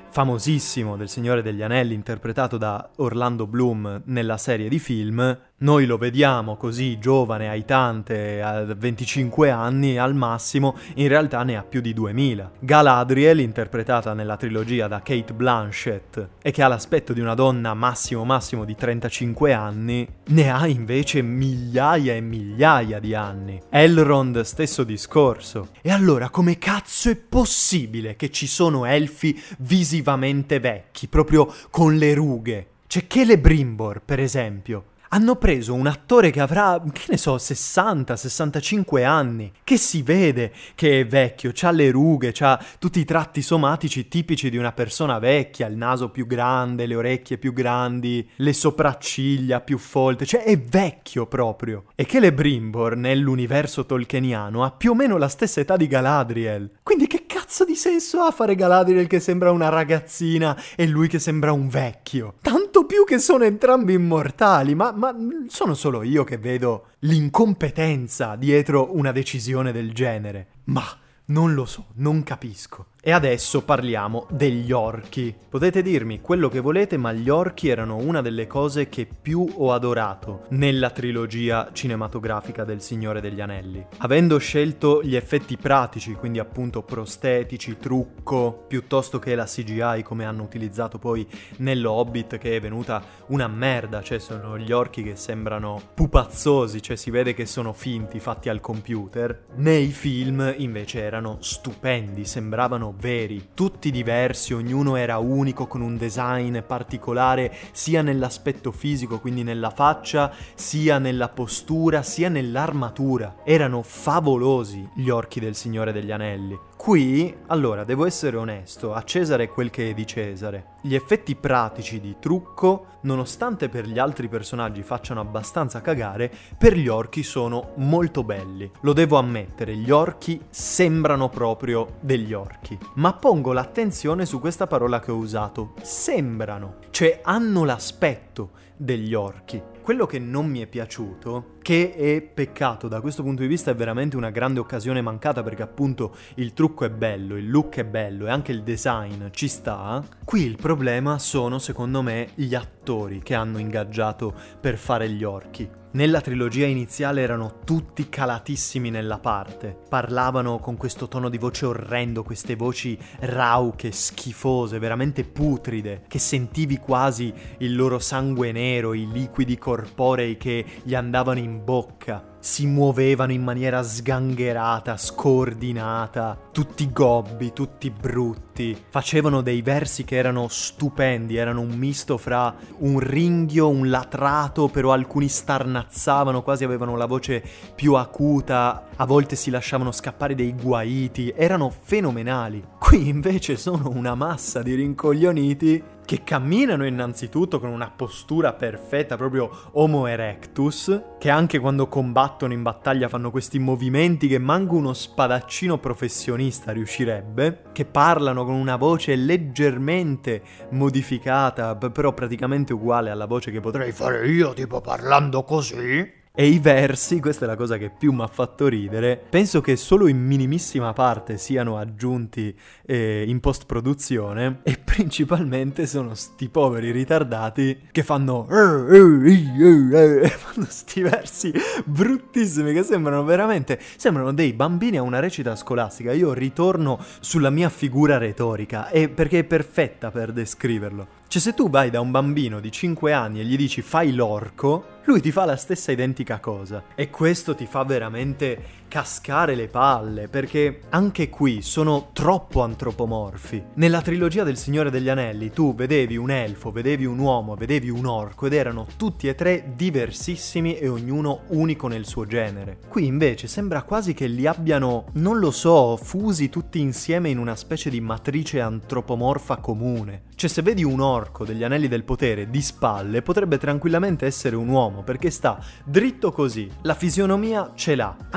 famosissimo del Signore degli Anelli interpretato da Orlando Bloom nella serie di film, noi lo vediamo così giovane, aitante, a venticinque anni al massimo, in realtà ne ha più di duemila. Galadriel, interpretata nella trilogia da Cate Blanchett e che ha l'aspetto di una donna massimo massimo di trentacinque anni, ne ha invece migliaia e migliaia di anni. Elrond stesso discorso. E allora come cazzo è possibile che ci sono elfi visivamente vecchi, proprio con le rughe? C'è Celebrimbor, per esempio. Hanno preso un attore che avrà, che ne so, sessanta sessantacinque anni, che si vede che è vecchio, c'ha le rughe, c'ha tutti i tratti somatici tipici di una persona vecchia, il naso più grande, le orecchie più grandi, le sopracciglia più folte, cioè è vecchio proprio. E Celebrimbor nell'universo tolkieniano ha più o meno la stessa età di Galadriel. Quindi che cazzo di senso ha fare Galadriel che sembra una ragazzina e lui che sembra un vecchio? Tanto più che sono entrambi immortali, ma, ma sono solo io che vedo l'incompetenza dietro una decisione del genere. Ma non lo so, non capisco. E adesso parliamo degli orchi. Potete dirmi quello che volete, ma gli orchi erano una delle cose che più ho adorato nella trilogia cinematografica del Signore degli Anelli. Avendo scelto gli effetti pratici, quindi appunto prostetici, trucco, piuttosto che la C G I come hanno utilizzato poi nello Hobbit, che è venuta una merda, cioè sono gli orchi che sembrano pupazzosi, cioè si vede che sono finti, fatti al computer. Nei film invece erano stupendi, sembravano veri, tutti diversi, ognuno era unico con un design particolare sia nell'aspetto fisico, quindi nella faccia, sia nella postura, sia nell'armatura. Erano favolosi gli orchi del Signore degli Anelli. Qui, allora, devo essere onesto, a Cesare quel che è di Cesare. Gli effetti pratici di trucco, nonostante per gli altri personaggi facciano abbastanza cagare, per gli orchi sono molto belli. Lo devo ammettere, gli orchi sembrano proprio degli orchi. Ma pongo l'attenzione su questa parola che ho usato, sembrano, cioè hanno l'aspetto degli orchi. Quello che non mi è piaciuto, che è peccato da questo punto di vista, è veramente una grande occasione mancata, perché appunto il trucco è bello, il look è bello e anche il design ci sta. Qui il problema sono, secondo me, gli attori che hanno ingaggiato per fare gli orchi. Nella trilogia iniziale erano tutti calatissimi nella parte, parlavano con questo tono di voce orrendo, queste voci rauche, schifose, veramente putride, che sentivi quasi il loro sangue nero, i liquidi corporei che gli andavano in bocca. Si muovevano in maniera sgangherata, scordinata, tutti gobbi, tutti brutti. Facevano dei versi che erano stupendi, erano un misto fra un ringhio, un latrato, però alcuni starnazzavano, quasi avevano la voce più acuta, a volte si lasciavano scappare dei guaiti, erano fenomenali. Qui invece sono una massa di rincoglioniti che camminano innanzitutto con una postura perfetta, proprio Homo erectus, che anche quando combattono in battaglia fanno questi movimenti che manco uno spadaccino professionista riuscirebbe, che parlano con una voce leggermente modificata, però praticamente uguale alla voce che potrei fare io, tipo parlando così. E i versi, questa è la cosa che più mi ha fatto ridere, penso che solo in minimissima parte siano aggiunti eh, in post-produzione, e principalmente sono sti poveri ritardati che fanno e fanno sti versi bruttissimi che sembrano veramente, sembrano dei bambini a una recita scolastica. Io ritorno sulla mia figura retorica, e perché è perfetta per descriverlo. Cioè, se tu vai da un bambino di cinque anni e gli dici fai l'orco, lui ti fa la stessa identica cosa. E questo ti fa veramente cascare le palle, perché anche qui sono troppo antropomorfi. Nella trilogia del Signore degli Anelli tu vedevi un elfo, vedevi un uomo, vedevi un orco, ed erano tutti e tre diversissimi e ognuno unico nel suo genere. Qui invece sembra quasi che li abbiano, non lo so, fusi tutti insieme in una specie di matrice antropomorfa comune. Cioè, se vedi un orco degli Anelli del Potere di spalle, potrebbe tranquillamente essere un uomo, perché sta dritto così, la fisionomia ce l'ha, anche gli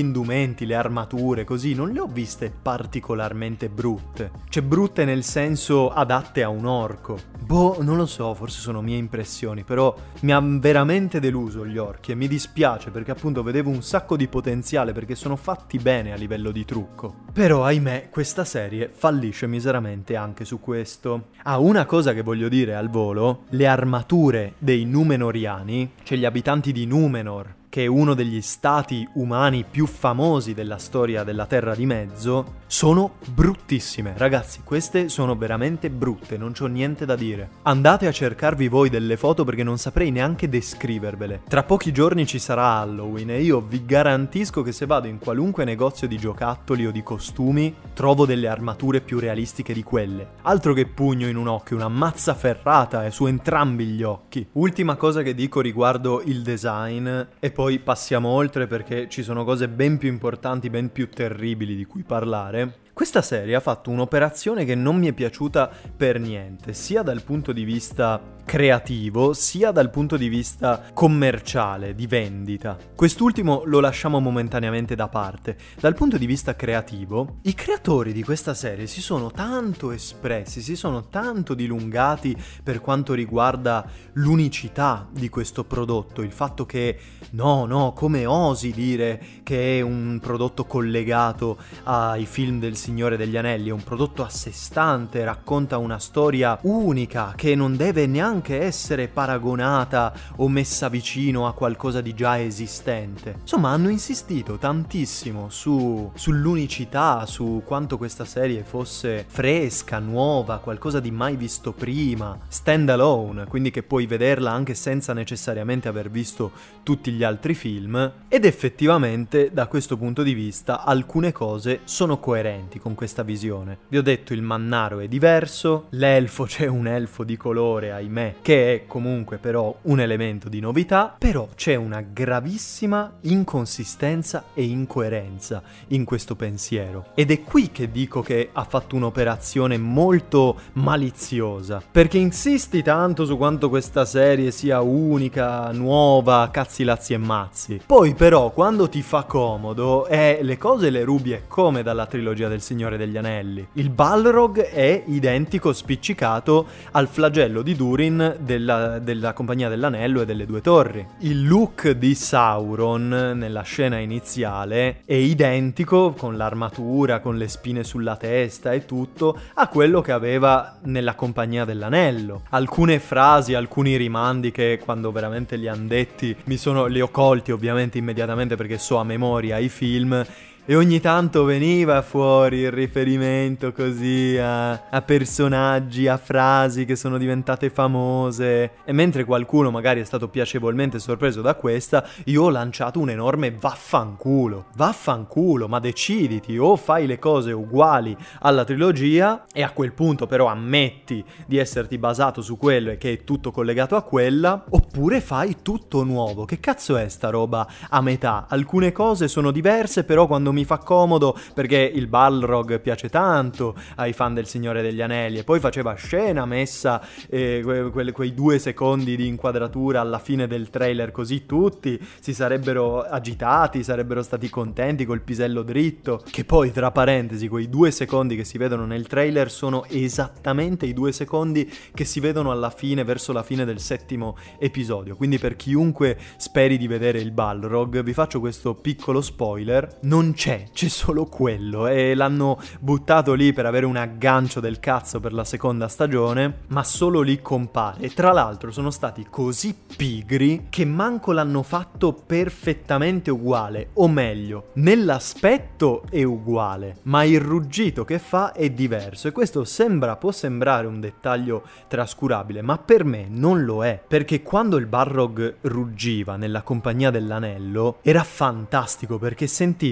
indumenti, le armature, così, non le ho viste particolarmente brutte. Cioè brutte nel senso adatte a un orco. Boh, non lo so, forse sono mie impressioni, però mi ha veramente deluso gli orchi e mi dispiace perché appunto vedevo un sacco di potenziale, perché sono fatti bene a livello di trucco. Però ahimè questa serie fallisce miseramente anche su questo. Ah, una cosa che voglio dire al volo: le armature dei Númenóreani, cioè gli abitanti di Númenor, che è uno degli stati umani più famosi della storia della Terra di Mezzo, sono bruttissime. Ragazzi, queste sono veramente brutte, non c'ho niente da dire. Andate a cercarvi voi delle foto perché non saprei neanche descrivervele. Tra pochi giorni ci sarà Halloween e io vi garantisco che se vado in qualunque negozio di giocattoli o di costumi trovo delle armature più realistiche di quelle. Altro che pugno in un occhio, una mazza ferrata è su entrambi gli occhi. Ultima cosa che dico riguardo il design, e poi passiamo oltre perché ci sono cose ben più importanti, ben più terribili di cui parlare. Questa serie ha fatto un'operazione che non mi è piaciuta per niente, sia dal punto di vista creativo, sia dal punto di vista commerciale, di vendita. Quest'ultimo lo lasciamo momentaneamente da parte. Dal punto di vista creativo, i creatori di questa serie si sono tanto espressi, si sono tanto dilungati per quanto riguarda l'unicità di questo prodotto, il fatto che no, no, come osi dire che è un prodotto collegato ai film del Signore degli Anelli, è un prodotto a sé stante, racconta una storia unica che non deve neanche essere paragonata o messa vicino a qualcosa di già esistente. Insomma, hanno insistito tantissimo su sull'unicità, su quanto questa serie fosse fresca, nuova, qualcosa di mai visto prima, stand alone, quindi che puoi vederla anche senza necessariamente aver visto tutti gli altri film, ed effettivamente da questo punto di vista alcune cose sono coerenti con questa visione. Vi ho detto, il Mannaro è diverso, l'elfo, c'è un elfo di colore, ahimè, che è comunque però un elemento di novità, però c'è una gravissima inconsistenza e incoerenza in questo pensiero. Ed è qui che dico che ha fatto un'operazione molto maliziosa, perché insisti tanto su quanto questa serie sia unica, nuova, cazzi lazzi e mazzi. Poi però quando ti fa comodo, eh, le cose le rubi e come dalla trilogia del Signore degli Anelli. Il Balrog è identico, spiccicato al flagello di Durin della, della Compagnia dell'Anello e delle Due Torri. Il look di Sauron nella scena iniziale è identico, con l'armatura, con le spine sulla testa e tutto, a quello che aveva nella Compagnia dell'Anello. Alcune frasi, alcuni rimandi che quando veramente li han detti mi sono, li ho colti ovviamente immediatamente perché so a memoria i film. E ogni tanto veniva fuori il riferimento così a, a personaggi, a frasi che sono diventate famose. E mentre qualcuno magari è stato piacevolmente sorpreso da questa, io ho lanciato un enorme vaffanculo. Vaffanculo, ma deciditi, o fai le cose uguali alla trilogia e a quel punto però ammetti di esserti basato su quello e che è tutto collegato a quella, oppure fai tutto nuovo. Che cazzo è sta roba a metà? Alcune cose sono diverse, però quando mi fa comodo, perché il Balrog piace tanto ai fan del Signore degli Anelli e poi faceva scena messa eh, que- que- quei due secondi di inquadratura alla fine del trailer, così tutti si sarebbero agitati, sarebbero stati contenti col pisello dritto, che poi tra parentesi quei due secondi che si vedono nel trailer sono esattamente i due secondi che si vedono alla fine, verso la fine del settimo episodio. Quindi per chiunque speri di vedere il Balrog, vi faccio questo piccolo spoiler: non c'è C'è, c'è solo quello e l'hanno buttato lì per avere un aggancio del cazzo per la seconda stagione, ma solo lì compare. E tra l'altro sono stati così pigri che manco l'hanno fatto perfettamente uguale, o meglio, nell'aspetto è uguale, ma il ruggito che fa è diverso, e questo sembra, può sembrare un dettaglio trascurabile, ma per me non lo è, perché quando il Balrog ruggiva nella Compagnia dell'Anello era fantastico, perché sentivi questo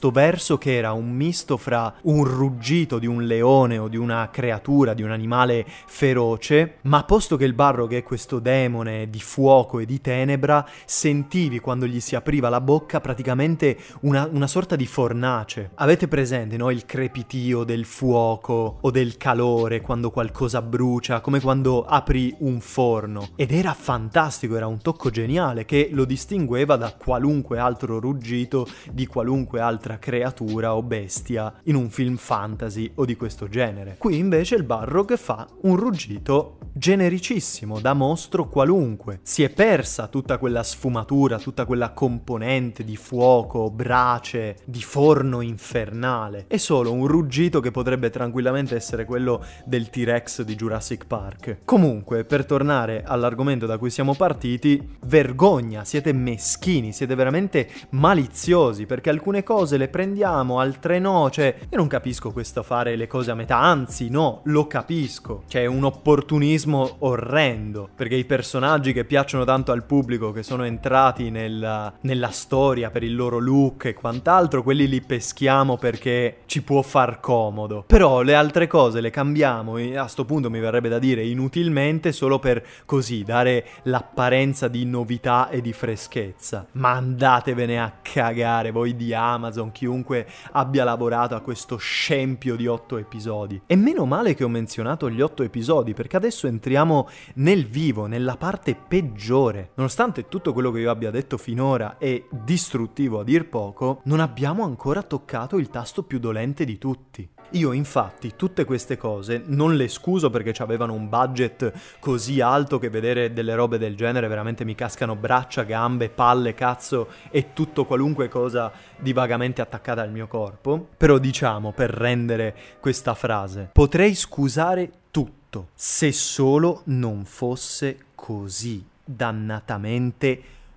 questo verso che era un misto fra un ruggito di un leone o di una creatura, di un animale feroce, ma posto che il Balrog è questo demone di fuoco e di tenebra, sentivi quando gli si apriva la bocca praticamente una, una sorta di fornace. Avete presente, no? Il crepitio del fuoco o del calore quando qualcosa brucia, come quando apri un forno. Ed era fantastico, era un tocco geniale che lo distingueva da qualunque altro ruggito di qualunque altra creatura o bestia in un film fantasy o di questo genere. Qui invece il Balrog fa un ruggito genericissimo, da mostro qualunque. Si è persa tutta quella sfumatura, tutta quella componente di fuoco, brace, di forno infernale. È solo un ruggito che potrebbe tranquillamente essere quello del T-Rex di Jurassic Park. Comunque, per tornare all'argomento da cui siamo partiti, vergogna, siete meschini, siete veramente maliziosi, perché alcune cose le prendiamo, altre no, cioè io non capisco questo fare le cose a metà, anzi no, lo capisco, c'è un opportunismo orrendo, perché i personaggi che piacciono tanto al pubblico, che sono entrati nella, nella storia per il loro look e quant'altro, quelli li peschiamo perché ci può far comodo, però le altre cose le cambiamo, a sto punto mi verrebbe da dire inutilmente, solo per così dare l'apparenza di novità e di freschezza. Ma andatevene a cagare voi di Amazon, chiunque abbia lavorato a questo scempio di otto episodi. E meno male che ho menzionato gli otto episodi, perché adesso entriamo nel vivo, nella parte peggiore. Nonostante tutto quello che io abbia detto finora è distruttivo a dir poco, non abbiamo ancora toccato il tasto più dolente di tutti. Io infatti tutte queste cose non le scuso perché avevano un budget così alto che vedere delle robe del genere veramente mi cascano braccia, gambe, palle, cazzo e tutto qualunque cosa di vagamente attaccata al mio corpo. Però diciamo, per rendere questa frase, potrei scusare tutto se solo non fosse così dannatamente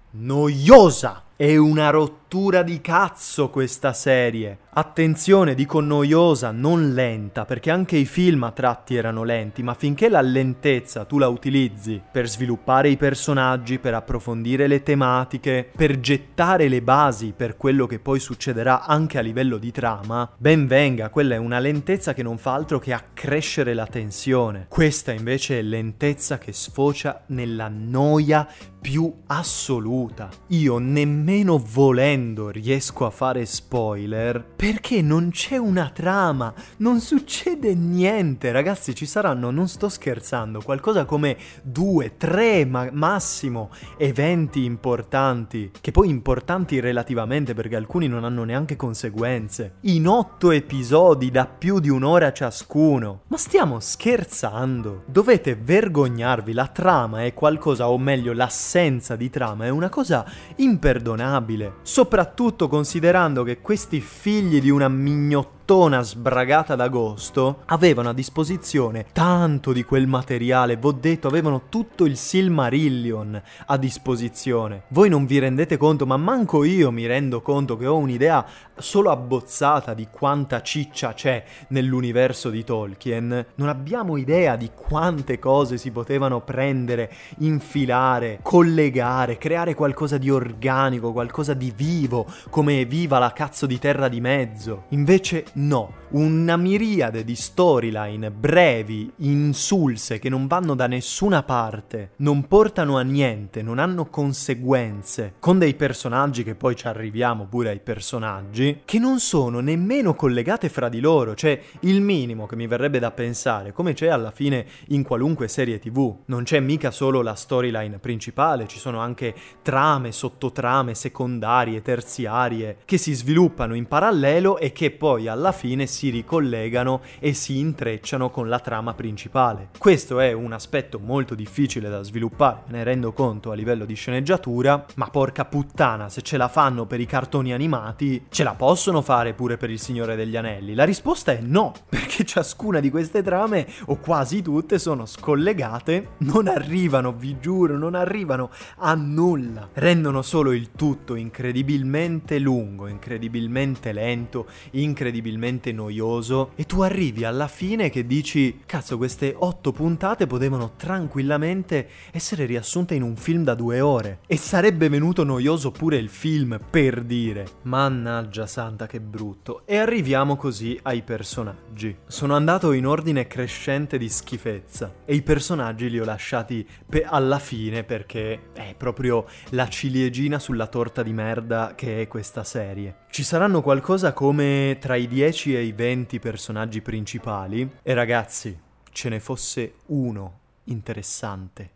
noiosa. È una rottura di cazzo questa serie. Attenzione, dico noiosa, non lenta, perché anche i film a tratti erano lenti, ma finché la lentezza tu la utilizzi per sviluppare i personaggi, per approfondire le tematiche, per gettare le basi per quello che poi succederà anche a livello di trama, ben venga, quella è una lentezza che non fa altro che accrescere la tensione. Questa invece è lentezza che sfocia nella noia più assoluta. Io nemmeno volendo riesco a fare spoiler perché non c'è una trama, non succede niente. Ragazzi, ci saranno, non sto scherzando, qualcosa come due, tre ma- massimo eventi importanti, che poi importanti relativamente perché alcuni non hanno neanche conseguenze, in otto episodi da più di un'ora ciascuno. Ma stiamo scherzando? Dovete vergognarvi, la trama è qualcosa, o meglio l'assenza di trama è una cosa imperdonabile, soprattutto considerando che questi figli di una mignottona sbragata d'agosto avevano a disposizione tanto di quel materiale, v'ho detto, avevano tutto il Silmarillion a disposizione. Voi non vi rendete conto, ma manco io mi rendo conto che ho un'idea solo abbozzata di quanta ciccia c'è nell'universo di Tolkien. Non abbiamo idea di quante cose si potevano prendere, infilare, collegare, creare qualcosa di organico, qualcosa di vivo, come è viva la cazzo di Terra di Mezzo. Invece no, una miriade di storyline brevi, insulse, che non vanno da nessuna parte, non portano a niente, non hanno conseguenze, con dei personaggi, che poi ci arriviamo pure ai personaggi, che non sono nemmeno collegate fra di loro. Cioè, il minimo che mi verrebbe da pensare, come c'è alla fine in qualunque serie tv, non c'è mica solo la storyline principale, ci sono anche trame, sottotrame, secondarie, terziarie, che si sviluppano in parallelo e che poi alla fine si ricollegano e si intrecciano con la trama principale. Questo è un aspetto molto difficile da sviluppare, me ne rendo conto a livello di sceneggiatura, ma porca puttana, se ce la fanno per i cartoni animati, ce la possono fare pure per Il Signore degli Anelli? La risposta è no, perché ciascuna di queste trame, o quasi tutte, sono scollegate, non arrivano, vi giuro, non arrivano a nulla, rendono solo il tutto incredibilmente lungo, incredibilmente lento, incredibilmente incredibilmente noioso e tu arrivi alla fine che dici cazzo, queste otto puntate potevano tranquillamente essere riassunte in un film da due ore e sarebbe venuto noioso pure il film, per dire. Mannaggia santa, che brutto. E arriviamo così ai personaggi. Sono andato in ordine crescente di schifezza e i personaggi li ho lasciati pe- alla fine perché è proprio la ciliegina sulla torta di merda che è questa serie. Ci saranno qualcosa come tra i dieci e i venti personaggi principali e ragazzi, ce ne fosse uno interessante.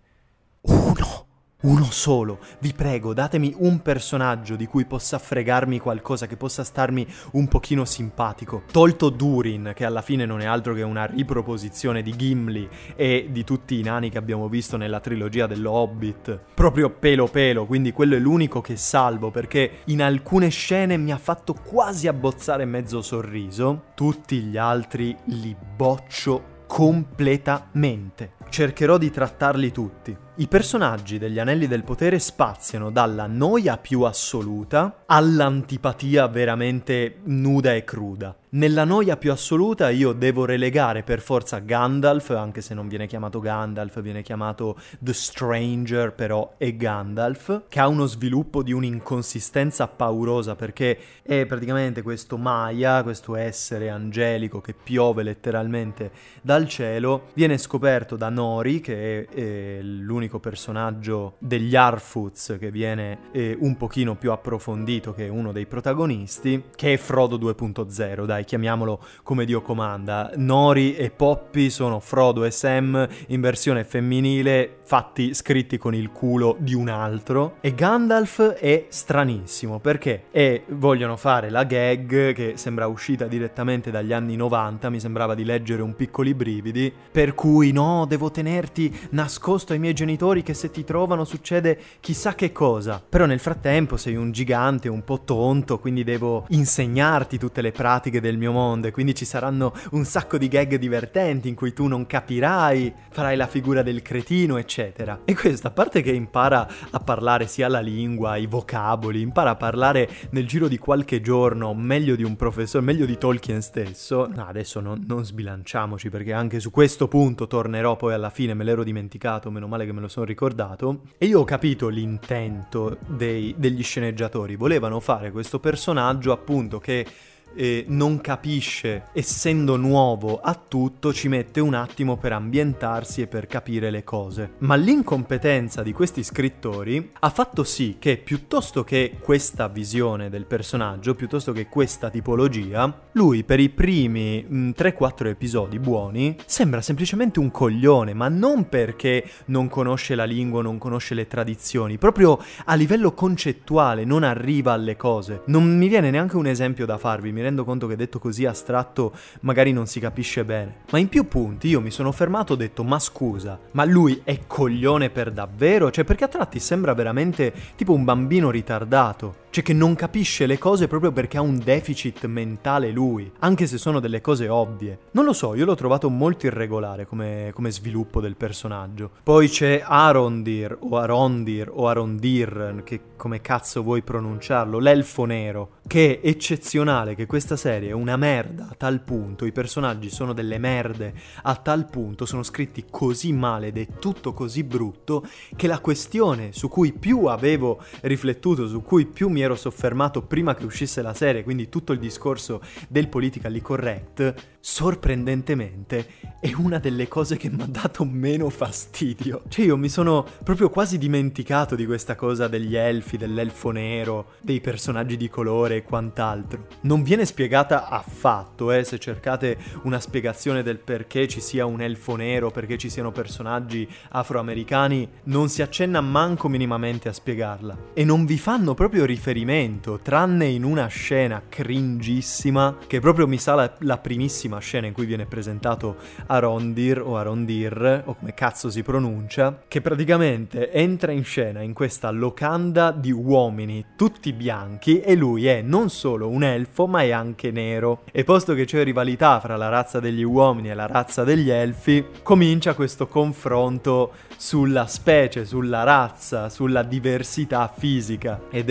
Uno! Uno solo, vi prego, datemi un personaggio di cui possa fregarmi qualcosa, che possa starmi un pochino simpatico. Tolto Durin, che alla fine non è altro che una riproposizione di Gimli e di tutti i nani che abbiamo visto nella trilogia dello Hobbit, proprio pelo pelo, quindi quello è l'unico che salvo perché in alcune scene mi ha fatto quasi abbozzare mezzo sorriso. Tutti gli altri li boccio completamente. Cercherò di trattarli tutti. I personaggi degli Anelli del Potere spaziano dalla noia più assoluta all'antipatia veramente nuda e cruda. Nella noia più assoluta io devo relegare per forza Gandalf, anche se non viene chiamato Gandalf, viene chiamato The Stranger, però è Gandalf, che ha uno sviluppo di un'inconsistenza paurosa perché è praticamente questo Maia, questo essere angelico che piove letteralmente dal cielo, viene scoperto da Nori, che è, è l'unico personaggio degli Harfoots che viene eh, un pochino più approfondito, che è uno dei protagonisti, che è Frodo due punto zero, dai, chiamiamolo come Dio comanda. Nori e Poppy sono Frodo e Sam in versione femminile, fatti scritti con il culo di un altro. E Gandalf è stranissimo perché è, vogliono fare la gag che sembra uscita direttamente dagli anni novanta, mi sembrava di leggere un Piccoli brividi, per cui no, devo tenerti nascosto ai miei genitori che se ti trovano succede chissà che cosa. Però nel frattempo sei un gigante un po' tonto, quindi devo insegnarti tutte le pratiche del mio mondo e quindi ci saranno un sacco di gag divertenti in cui tu non capirai, farai la figura del cretino, eccetera. E questo, a parte che impara a parlare sia la lingua, i vocaboli, impara a parlare nel giro di qualche giorno meglio di un professore, meglio di Tolkien stesso. No, adesso non, non sbilanciamoci perché anche su questo punto tornerò poi alla fine, me l'ero dimenticato, meno male che me lo sono ricordato. E io ho capito l'intento dei, degli sceneggiatori, volevano fare questo personaggio appunto che Eh, non capisce, essendo nuovo a tutto, ci mette un attimo per ambientarsi e per capire le cose. Ma l'incompetenza di questi scrittori ha fatto sì che piuttosto che questa visione del personaggio, piuttosto che questa tipologia, lui per i primi mh, tre quattro episodi buoni sembra semplicemente un coglione, ma non perché non conosce la lingua, non conosce le tradizioni, proprio a livello concettuale non arriva alle cose. Non mi viene neanche un esempio da farvi, mi rendo conto che detto così astratto magari non si capisce bene, ma in più punti io mi sono fermato e ho detto ma scusa, ma lui è coglione per davvero? Cioè perché a tratti sembra veramente tipo un bambino ritardato, cioè che non capisce le cose proprio perché ha un deficit mentale lui, anche se sono delle cose ovvie. Non lo so, io l'ho trovato molto irregolare come, come sviluppo del personaggio. Poi c'è Arondir o Arondir o Arondir, che come cazzo vuoi pronunciarlo, l'elfo nero, che è eccezionale, che questa serie è una merda a tal punto, i personaggi sono delle merde a tal punto, sono scritti così male ed è tutto così brutto, che la questione su cui più avevo riflettuto, su cui più mi ero soffermato prima che uscisse la serie, quindi tutto il discorso del politically correct, sorprendentemente è una delle cose che mi ha dato meno fastidio. Cioè io mi sono proprio quasi dimenticato di questa cosa degli elfi, dell'elfo nero, dei personaggi di colore e quant'altro. Non viene spiegata affatto, eh, se cercate una spiegazione del perché ci sia un elfo nero, perché ci siano personaggi afroamericani, non si accenna manco minimamente a spiegarla. E non vi fanno proprio riferimento, tranne in una scena cringissima, che proprio mi sa la, la primissima scena in cui viene presentato Arondir o Arondir, o come cazzo si pronuncia, che praticamente entra in scena in questa locanda di uomini tutti bianchi e lui è non solo un elfo ma è anche nero. E posto che c'è rivalità fra la razza degli uomini e la razza degli elfi, comincia questo confronto sulla specie, sulla razza, sulla diversità fisica. Ed è, mamma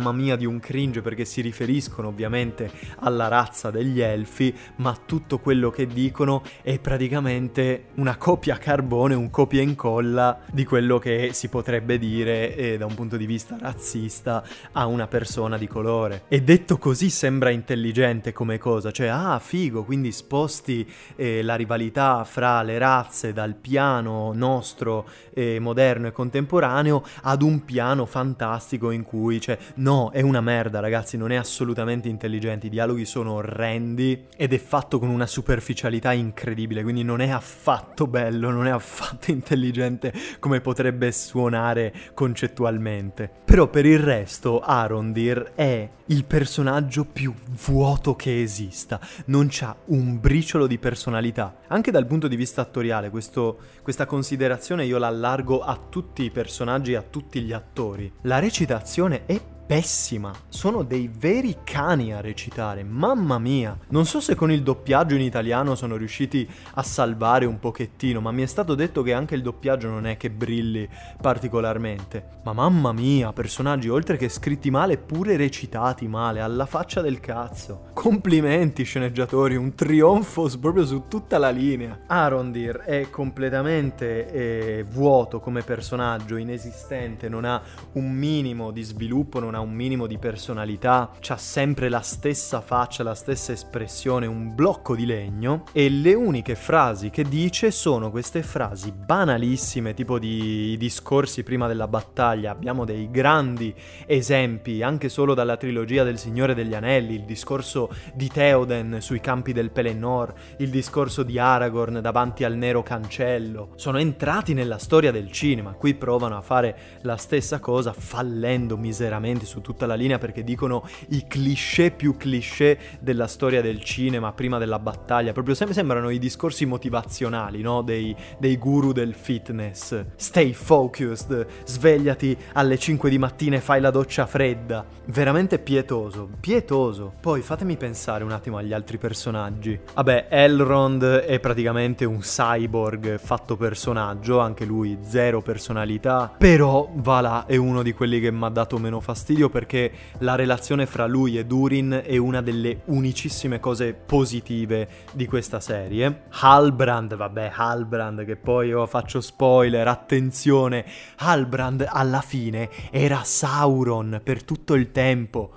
mamma mia di un cringe, perché si riferiscono ovviamente alla razza degli elfi, ma tutto quello che dicono è praticamente una copia a carbone, un copia e incolla di quello che si potrebbe dire eh, da un punto di vista razzista a una persona di colore. E detto così sembra intelligente come cosa, cioè ah figo, quindi sposti eh, la rivalità fra le razze dal piano nostro eh, moderno e contemporaneo ad un piano fantastico in cui, cioè, no, è una merda ragazzi, non è assolutamente intelligente, i dialoghi sono orrendi ed è fatto con una superficialità incredibile, quindi non è affatto bello, non è affatto intelligente come potrebbe suonare concettualmente. Però per il resto Arondir è il personaggio più vuoto che esista, non c'ha un briciolo di personalità. Anche dal punto di vista attoriale, questo, questa considerazione io la allargo a tutti i personaggi e a tutti gli attori. La recitazione è pessima, sono dei veri cani a recitare, mamma mia. Non so se con il doppiaggio in italiano sono riusciti a salvare un pochettino, ma mi è stato detto che anche il doppiaggio non è che brilli particolarmente. Ma mamma mia, personaggi oltre che scritti male pure recitati male, alla faccia del cazzo. Complimenti sceneggiatori, un trionfo proprio su tutta la linea. Arondir è completamente eh, vuoto come personaggio, inesistente, non ha un minimo di sviluppo, non ha un minimo di personalità, c'ha sempre la stessa faccia, la stessa espressione, un blocco di legno, e le uniche frasi che dice sono queste frasi banalissime, tipo di discorsi prima della battaglia. Abbiamo dei grandi esempi anche solo dalla trilogia del Signore degli Anelli, il discorso di Théoden sui campi del Pelennor, il discorso di Aragorn davanti al Nero Cancello. Sono entrati nella storia del cinema, qui provano a fare la stessa cosa fallendo miseramente su tutta la linea, perché dicono i cliché più cliché della storia del cinema prima della battaglia. Proprio sem- sembrano i discorsi motivazionali, no? Dei, dei guru del fitness. Stay focused, svegliati alle cinque di mattina e fai la doccia fredda. Veramente pietoso, pietoso. Poi fatemi pensare un attimo agli altri personaggi. Vabbè, Elrond è praticamente un cyborg fatto personaggio, anche lui zero personalità, però va là, è uno di quelli che mi ha dato meno fastidio, perché la relazione fra lui e Durin è una delle unicissime cose positive di questa serie. Halbrand, vabbè, Halbrand, che poi io faccio spoiler, attenzione, Halbrand alla fine era Sauron per tutto il tempo.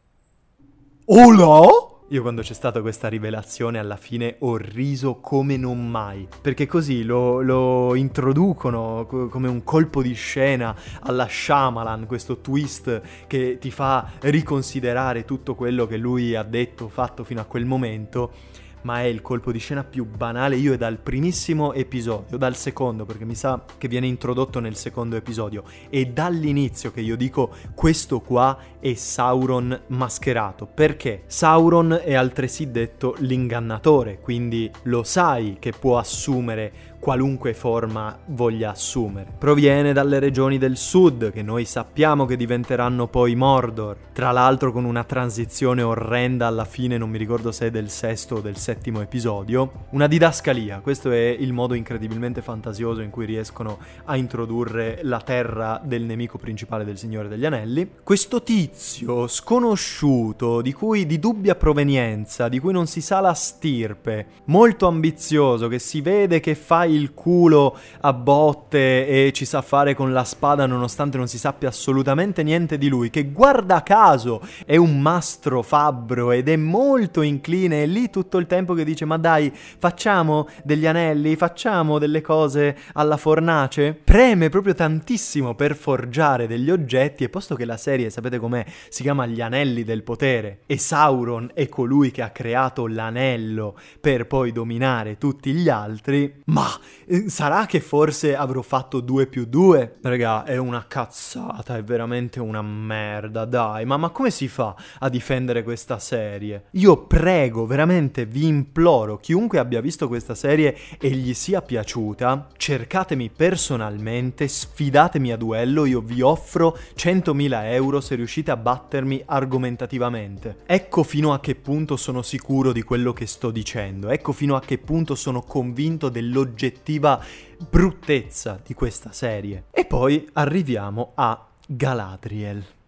Ola? Io quando c'è stata questa rivelazione alla fine ho riso come non mai, perché così lo, lo introducono co- come un colpo di scena alla Shyamalan, questo twist che ti fa riconsiderare tutto quello che lui ha detto, fatto fino a quel momento. Ma è il colpo di scena più banale. Io è dal primissimo episodio, dal secondo, perché mi sa che viene introdotto nel secondo episodio, e dall'inizio che io dico questo qua è Sauron mascherato, perché Sauron è altresì detto l'ingannatore, quindi lo sai che può assumere qualunque forma voglia assumere. Proviene dalle regioni del sud, che noi sappiamo che diventeranno poi Mordor, tra l'altro con una transizione orrenda alla fine, non mi ricordo se è del sesto o del settimo episodio. Una didascalia, questo è il modo incredibilmente fantasioso in cui riescono a introdurre la terra del nemico principale del Signore degli Anelli. Questo tizio sconosciuto, di cui di dubbia provenienza, di cui non si sa la stirpe, molto ambizioso, che si vede che fa il culo a botte e ci sa fare con la spada nonostante non si sappia assolutamente niente di lui, che guarda caso è un mastro fabbro ed è molto incline, è lì tutto il tempo che dice ma dai facciamo degli anelli, facciamo delle cose alla fornace, preme proprio tantissimo per forgiare degli oggetti. E posto che la serie, sapete com'è, si chiama Gli Anelli del Potere e Sauron è colui che ha creato l'anello per poi dominare tutti gli altri, ma sarà che forse avrò fatto due più due? Raga, è una cazzata, è veramente una merda, dai, ma, ma come si fa a difendere questa serie? Io prego, veramente vi imploro, chiunque abbia visto questa serie e gli sia piaciuta, cercatemi personalmente, sfidatemi a duello, io vi offro centomila euro se riuscite a battermi argomentativamente. Ecco fino a che punto sono sicuro di quello che sto dicendo, ecco fino a che punto sono convinto dell'oggettiva bruttezza di questa serie. E poi arriviamo a Galadriel.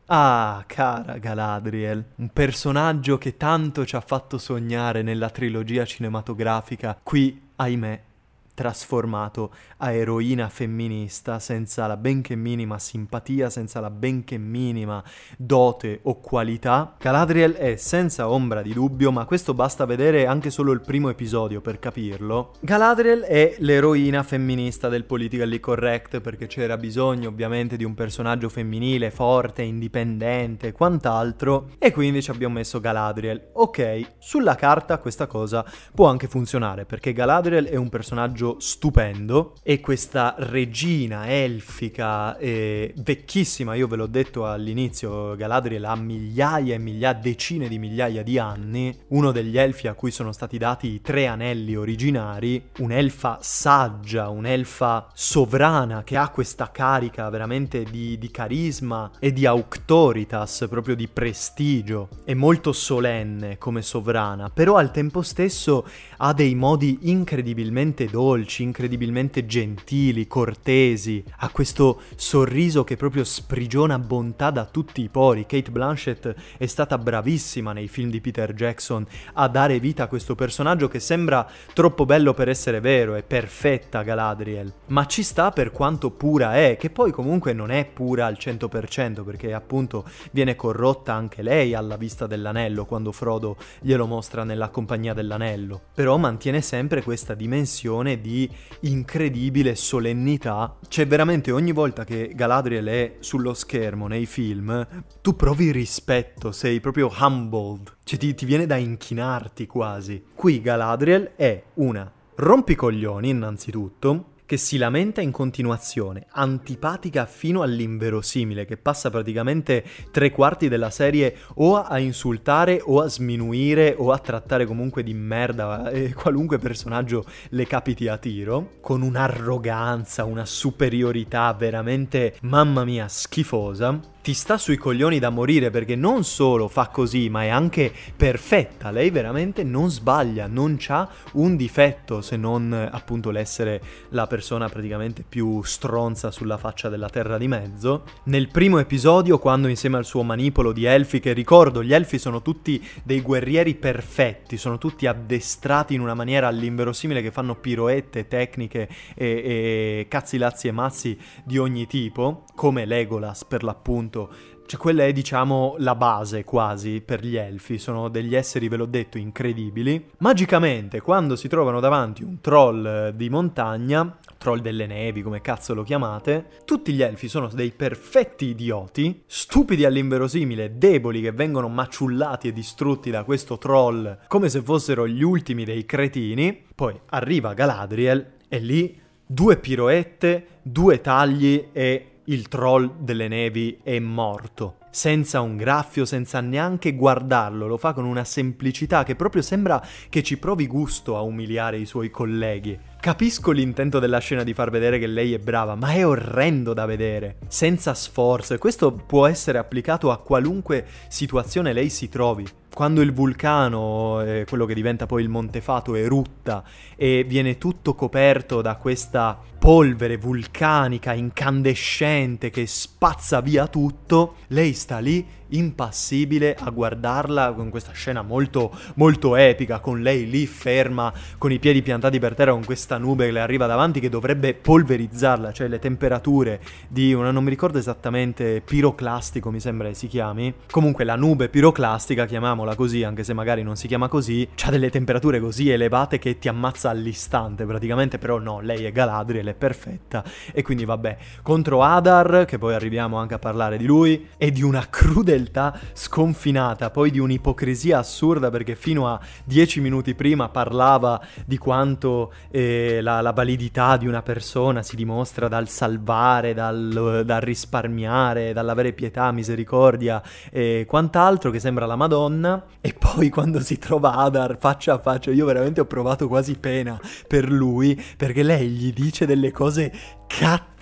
Ah, cara Galadriel, un personaggio che tanto ci ha fatto sognare nella trilogia cinematografica, qui, ahimè, trasformato a eroina femminista senza la benché minima simpatia, senza la benché minima dote o qualità. Galadriel è senza ombra di dubbio, ma questo basta vedere anche solo il primo episodio per capirlo. Galadriel è l'eroina femminista del politically correct, perché c'era bisogno ovviamente di un personaggio femminile forte, indipendente, quant'altro, e quindi ci abbiamo messo Galadriel. Ok, sulla carta questa cosa può anche funzionare, perché Galadriel è un personaggio stupendo e questa regina elfica eh, vecchissima, io ve l'ho detto all'inizio, Galadriel ha migliaia e migliaia, decine di migliaia di anni, uno degli elfi a cui sono stati dati i tre anelli originari, un'elfa saggia, un'elfa sovrana che ha questa carica veramente di, di carisma e di auctoritas, proprio di prestigio, è molto solenne come sovrana, però al tempo stesso ha dei modi incredibilmente dolci, incredibilmente gentili, cortesi, ha questo sorriso che proprio sprigiona bontà da tutti i pori. Cate Blanchett è stata bravissima nei film di Peter Jackson a dare vita a questo personaggio che sembra troppo bello per essere vero, è perfetta Galadriel, ma ci sta per quanto pura è, che poi comunque non è pura al cento per cento, perché appunto viene corrotta anche lei alla vista dell'anello quando Frodo glielo mostra nella compagnia dell'anello, però mantiene sempre questa dimensione di di incredibile solennità. C'è veramente, ogni volta che Galadriel è sullo schermo nei film, tu provi rispetto, sei proprio humbled, cioè ti, ti viene da inchinarti quasi. Qui Galadriel è una rompicoglioni innanzitutto, che si lamenta in continuazione, antipatica fino all'inverosimile, che passa praticamente tre quarti della serie o a insultare o a sminuire o a trattare comunque di merda eh, qualunque personaggio le capiti a tiro, con un'arroganza, una superiorità veramente, mamma mia, schifosa. Ti sta sui coglioni da morire, perché non solo fa così, ma è anche perfetta. Lei veramente non sbaglia, non c'ha un difetto, se non appunto l'essere la persona praticamente più stronza sulla faccia della terra di mezzo. Nel primo episodio, quando insieme al suo manipolo di elfi, che ricordo, gli elfi sono tutti dei guerrieri perfetti, sono tutti addestrati in una maniera all'inverosimile, che fanno piroette, tecniche e, e cazzi lazzi e mazzi di ogni tipo, come Legolas per l'appunto. Cioè quella è, diciamo, la base quasi per gli elfi, sono degli esseri, ve l'ho detto, incredibili. Magicamente, quando si trovano davanti un troll di montagna, troll delle nevi, come cazzo lo chiamate, tutti gli elfi sono dei perfetti idioti, stupidi all'inverosimile, deboli, che vengono maciullati e distrutti da questo troll come se fossero gli ultimi dei cretini. Poi arriva Galadriel e lì due piroette, due tagli e il troll delle nevi è morto. Senza un graffio, senza neanche guardarlo, lo fa con una semplicità che proprio sembra che ci provi gusto a umiliare i suoi colleghi. Capisco l'intento della scena di far vedere che lei è brava, ma è orrendo da vedere, senza sforzo, e questo può essere applicato a qualunque situazione lei si trovi. Quando il vulcano, eh, quello che diventa poi il Montefato, erutta e viene tutto coperto da questa polvere vulcanica incandescente che spazza via tutto, lei sta lì impassibile a guardarla, con questa scena molto molto epica, con lei lì ferma con i piedi piantati per terra, con questa nube che le arriva davanti che dovrebbe polverizzarla, cioè le temperature di una, non mi ricordo esattamente, piroclastico mi sembra si chiami, comunque la nube piroclastica, chiamiamola così, anche se magari non si chiama così, c'ha delle temperature così elevate che ti ammazza all'istante praticamente. Però no, lei è Galadriel, è perfetta, e quindi vabbè, contro Adar, che poi arriviamo anche a parlare di lui, e di una crudeltà sconfinata, poi di un'ipocrisia assurda, perché fino a dieci minuti prima parlava di quanto eh, la, la validità di una persona si dimostra dal salvare, dal, dal risparmiare, dall'avere pietà, misericordia e quant'altro, che sembra la Madonna, e poi quando si trova Adar faccia a faccia, io veramente ho provato quasi pena per lui, perché lei gli dice delle cose cattive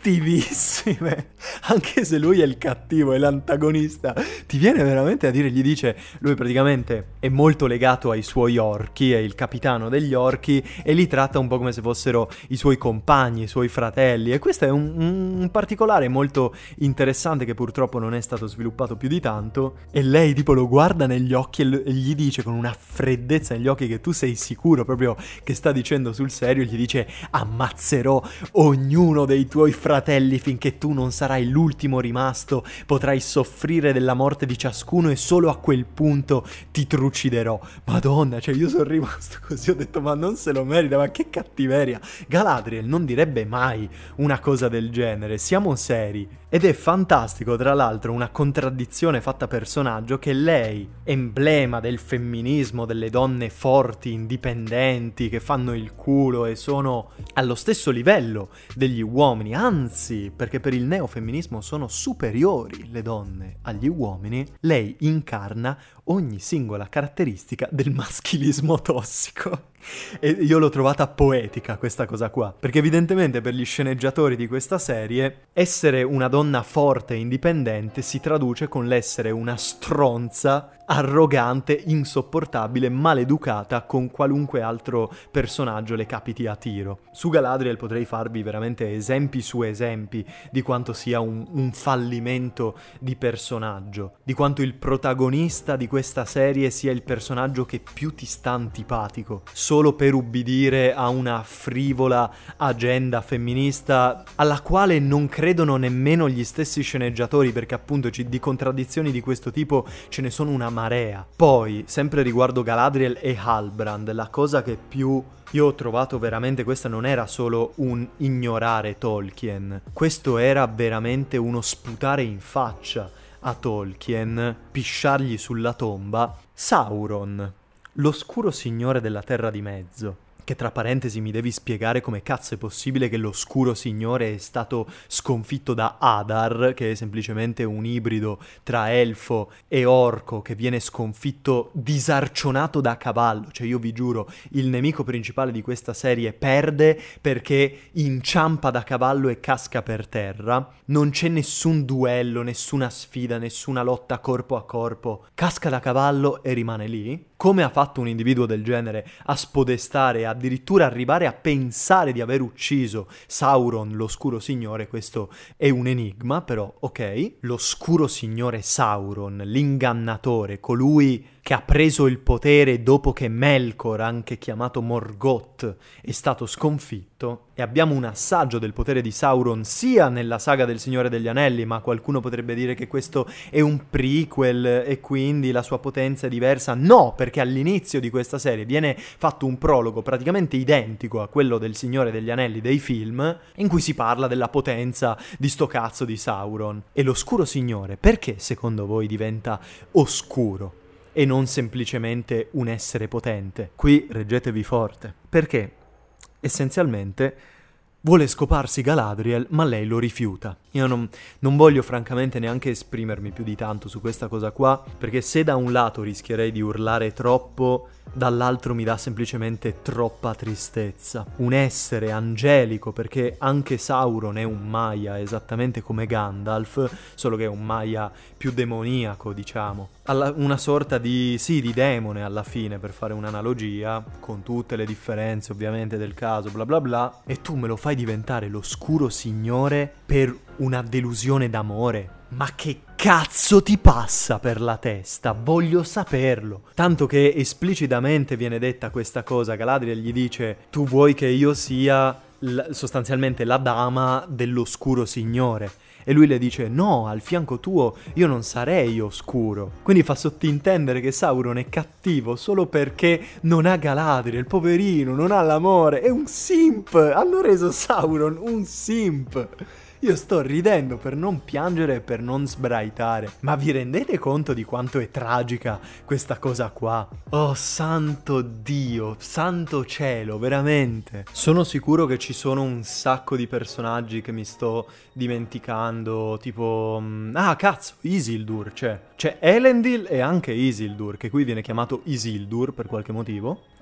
cattivissime, anche se lui è il cattivo, è l'antagonista, ti viene veramente a dire, gli dice, lui praticamente è molto legato ai suoi orchi, è il capitano degli orchi e li tratta un po' come se fossero i suoi compagni, i suoi fratelli, e questo è un, un particolare molto interessante che purtroppo non è stato sviluppato più di tanto, e lei tipo lo guarda negli occhi e, l- e gli dice con una freddezza negli occhi che tu sei sicuro proprio che sta dicendo sul serio, gli dice: ammazzerò ognuno dei tuoi fratelli finché tu non sarai l'ultimo rimasto, potrai soffrire della morte di ciascuno e solo a quel punto ti truciderò. Madonna, cioè io sono rimasto così, ho detto ma non se lo merita, ma che cattiveria. Galadriel non direbbe mai una cosa del genere, siamo seri. Ed è fantastico, tra l'altro, una contraddizione fatta personaggio, che lei, emblema del femminismo, delle donne forti, indipendenti, che fanno il culo e sono allo stesso livello degli uomini, anzi, perché per il neofemminismo sono superiori le donne agli uomini, lei incarna ogni singola caratteristica del maschilismo tossico. E io l'ho trovata poetica questa cosa qua, perché evidentemente per gli sceneggiatori di questa serie essere una donna forte e indipendente si traduce con l'essere una stronza, arrogante, insopportabile, maleducata con qualunque altro personaggio le capiti a tiro. Su Galadriel potrei farvi veramente esempi su esempi di quanto sia un, un fallimento di personaggio, di quanto il protagonista di questa serie sia il personaggio che più ti sta antipatico, solo per ubbidire a una frivola agenda femminista alla quale non credono nemmeno gli stessi sceneggiatori, perché appunto di contraddizioni di questo tipo ce ne sono una marea. Poi, sempre riguardo Galadriel e Halbrand, la cosa che più io ho trovato veramente, questa non era solo un ignorare Tolkien, questo era veramente uno sputare in faccia a Tolkien, pisciargli sulla tomba. Sauron, l'oscuro signore della Terra di Mezzo, che tra parentesi mi devi spiegare come cazzo è possibile che l'oscuro signore è stato sconfitto da Adar, che è semplicemente un ibrido tra elfo e orco, che viene sconfitto disarcionato da cavallo. Cioè io vi giuro, il nemico principale di questa serie perde perché inciampa da cavallo e casca per terra, non c'è nessun duello, nessuna sfida, nessuna lotta corpo a corpo, casca da cavallo e rimane lì. Come ha fatto un individuo del genere a spodestare e addirittura arrivare a pensare di aver ucciso Sauron, l'oscuro signore? Questo è un enigma, però ok. L'oscuro signore Sauron, l'ingannatore, colui che ha preso il potere dopo che Melkor, anche chiamato Morgoth, è stato sconfitto, e abbiamo un assaggio del potere di Sauron sia nella saga del Signore degli Anelli, ma qualcuno potrebbe dire che questo è un prequel e quindi la sua potenza è diversa. No, perché all'inizio di questa serie viene fatto un prologo praticamente identico a quello del Signore degli Anelli dei film, in cui si parla della potenza di sto cazzo di Sauron. E l'oscuro signore, perché secondo voi diventa oscuro e non semplicemente un essere potente? Qui reggetevi forte, perché essenzialmente vuole scoparsi Galadriel, ma lei lo rifiuta. Io non, non voglio francamente neanche esprimermi più di tanto su questa cosa qua, perché se da un lato rischierei di urlare troppo, dall'altro mi dà semplicemente troppa tristezza. Un essere angelico, perché anche Sauron è un Maia, esattamente come Gandalf, solo che è un Maia più demoniaco, diciamo. Alla, una sorta di, sì, di demone alla fine, per fare un'analogia, con tutte le differenze ovviamente del caso, bla bla bla, e tu me lo fai diventare l'oscuro signore per una delusione d'amore. Ma che cazzo ti passa per la testa? Voglio saperlo. Tanto che esplicitamente viene detta questa cosa. Galadriel gli dice: tu vuoi che io sia l- sostanzialmente la dama dell'oscuro signore? E lui le dice: no, al fianco tuo io non sarei oscuro. Quindi fa sottintendere che Sauron è cattivo solo perché non ha Galadriel, poverino, non ha l'amore, è un simp. Hanno reso Sauron un simp. Io sto ridendo per non piangere e per non sbraitare. Ma vi rendete conto di quanto è tragica questa cosa qua? Oh santo Dio, santo cielo, veramente. Sono sicuro che ci sono un sacco di personaggi che mi sto dimenticando, tipo... Ah, cazzo, Isildur, c'è. C'è Elendil e anche Isildur, che qui viene chiamato Isildur per qualche motivo,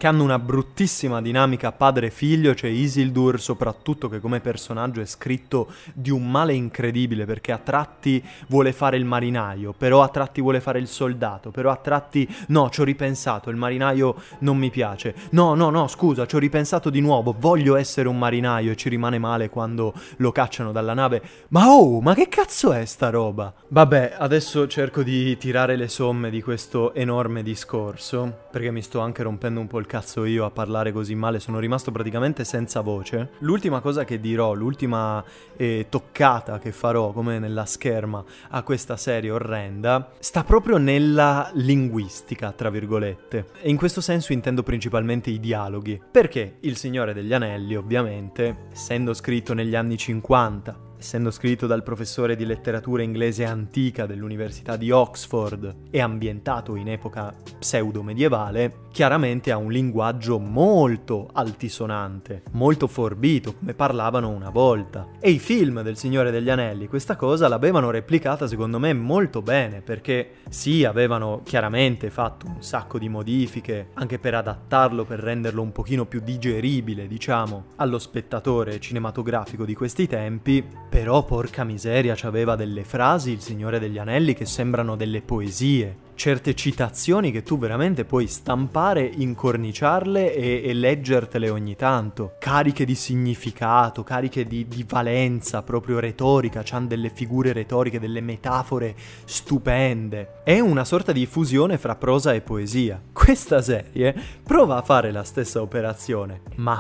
che hanno una bruttissima dinamica padre-figlio. C'è Isildur soprattutto che come personaggio è scritto di un male incredibile, perché a tratti vuole fare il marinaio, però a tratti vuole fare il soldato, però a tratti no, ci ho ripensato, il marinaio non mi piace, no no no scusa, ci ho ripensato di nuovo, voglio essere un marinaio, e ci rimane male quando lo cacciano dalla nave. Ma oh, ma che cazzo è sta roba? Vabbè, adesso cerco di tirare le somme di questo enorme discorso, perché mi sto anche rompendo un po' il cazzo io a parlare così male, sono rimasto praticamente senza voce. L'ultima cosa che dirò, l'ultima eh, toccata che farò, come nella scherma, a questa serie orrenda, sta proprio nella linguistica, tra virgolette. E in questo senso intendo principalmente i dialoghi. Perché Il Signore degli Anelli, ovviamente, essendo scritto negli anni cinquanta, essendo scritto dal professore di letteratura inglese antica dell'Università di Oxford e ambientato in epoca pseudo-medievale, chiaramente ha un linguaggio molto altisonante, molto forbito, come parlavano una volta. E i film del Signore degli Anelli questa cosa l'avevano replicata secondo me molto bene, perché sì, avevano chiaramente fatto un sacco di modifiche, anche per adattarlo, per renderlo un pochino più digeribile, diciamo, allo spettatore cinematografico di questi tempi. Però porca miseria, c'aveva delle frasi Il Signore degli Anelli che sembrano delle poesie, certe citazioni che tu veramente puoi stampare, incorniciarle e, e leggertele ogni tanto, cariche di significato, cariche di, di valenza proprio retorica, c'hanno delle figure retoriche, delle metafore stupende. È una sorta di fusione fra prosa e poesia. Questa serie prova a fare la stessa operazione, ma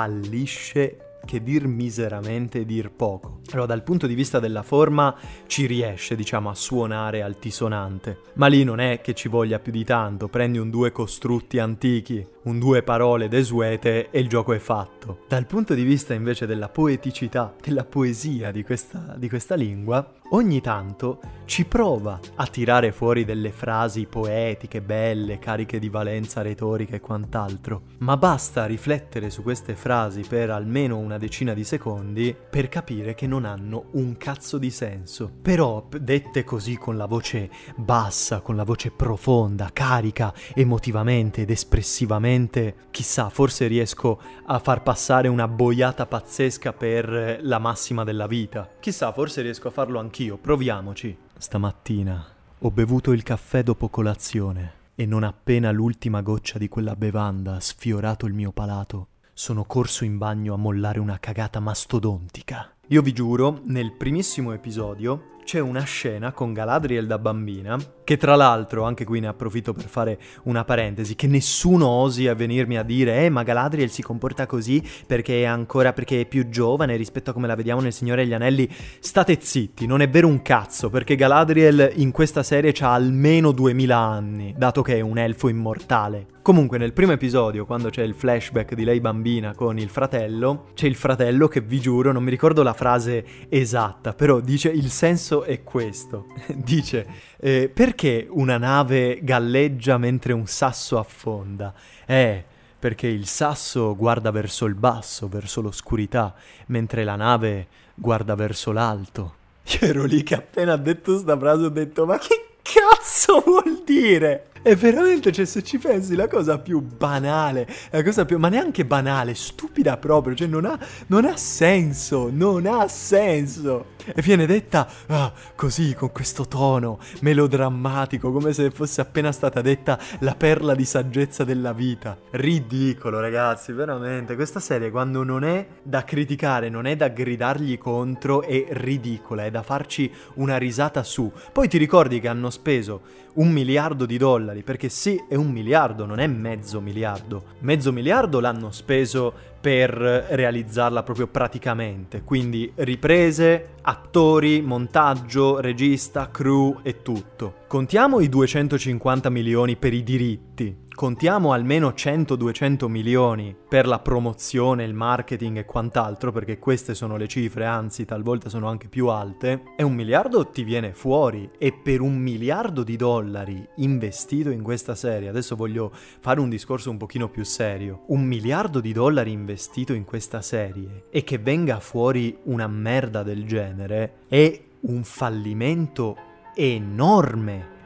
fallisce che dir miseramente e dir poco. Allora, dal punto di vista della forma ci riesce, diciamo, a suonare altisonante, ma lì non è che ci voglia più di tanto, prendi un due costrutti antichi, un due parole desuete e il gioco è fatto. Dal punto di vista invece della poeticità, della poesia di questa, di questa lingua, ogni tanto ci prova a tirare fuori delle frasi poetiche, belle, cariche di valenza retorica e quant'altro, ma basta riflettere su queste frasi per almeno una decina di secondi per capire che non hanno un cazzo di senso. Però dette così con la voce bassa, con la voce profonda, carica emotivamente ed espressivamente, chissà, forse riesco a far passare una boiata pazzesca per la massima della vita. Chissà, forse riesco a farlo anch'io, proviamoci. Stamattina ho bevuto il caffè dopo colazione e non appena l'ultima goccia di quella bevanda ha sfiorato il mio palato, sono corso in bagno a mollare una cagata mastodontica. Io vi giuro, nel primissimo episodio c'è una scena con Galadriel da bambina, che tra l'altro, anche qui ne approfitto per fare una parentesi, che nessuno osi a venirmi a dire eh ma Galadriel si comporta così perché è ancora perché è più giovane rispetto a come la vediamo nel Signore degli Anelli. State zitti, non è vero un cazzo, perché Galadriel in questa serie c'ha almeno duemila anni, dato che è un elfo immortale. Comunque nel primo episodio, quando c'è il flashback di lei bambina con il fratello, c'è il fratello che, vi giuro, non mi ricordo la frase esatta, però dice, il senso è questo, dice eh, perché una nave galleggia mentre un sasso affonda? Eh, perché il sasso guarda verso il basso, verso l'oscurità, mentre la nave guarda verso l'alto. Io ero lì che appena ha detto sta frase ho detto, ma che cazzo vuol dire? E veramente, cioè, se ci pensi, la cosa più banale, la cosa più, ma neanche banale, stupida proprio, cioè non ha, non ha senso, non ha senso. E viene detta ah, così, con questo tono melodrammatico, come se fosse appena stata detta la perla di saggezza della vita. Ridicolo, ragazzi, veramente. Questa serie, quando non è da criticare, non è da gridargli contro, è ridicola, è da farci una risata su. Poi ti ricordi che hanno speso un miliardo di dollari, perché sì, è un miliardo, non è mezzo miliardo. Mezzo miliardo l'hanno speso per realizzarla proprio praticamente, quindi riprese, attori, montaggio, regista, crew e tutto. Contiamo i duecentocinquanta milioni per i diritti, contiamo almeno cento duecento milioni per la promozione, il marketing e quant'altro, perché queste sono le cifre, anzi talvolta sono anche più alte, e un miliardo ti viene fuori. E per un miliardo di dollari investito in questa serie, adesso voglio fare un discorso un pochino più serio, un miliardo di dollari investito in questa serie e che venga fuori una merda del genere è un fallimento enorme,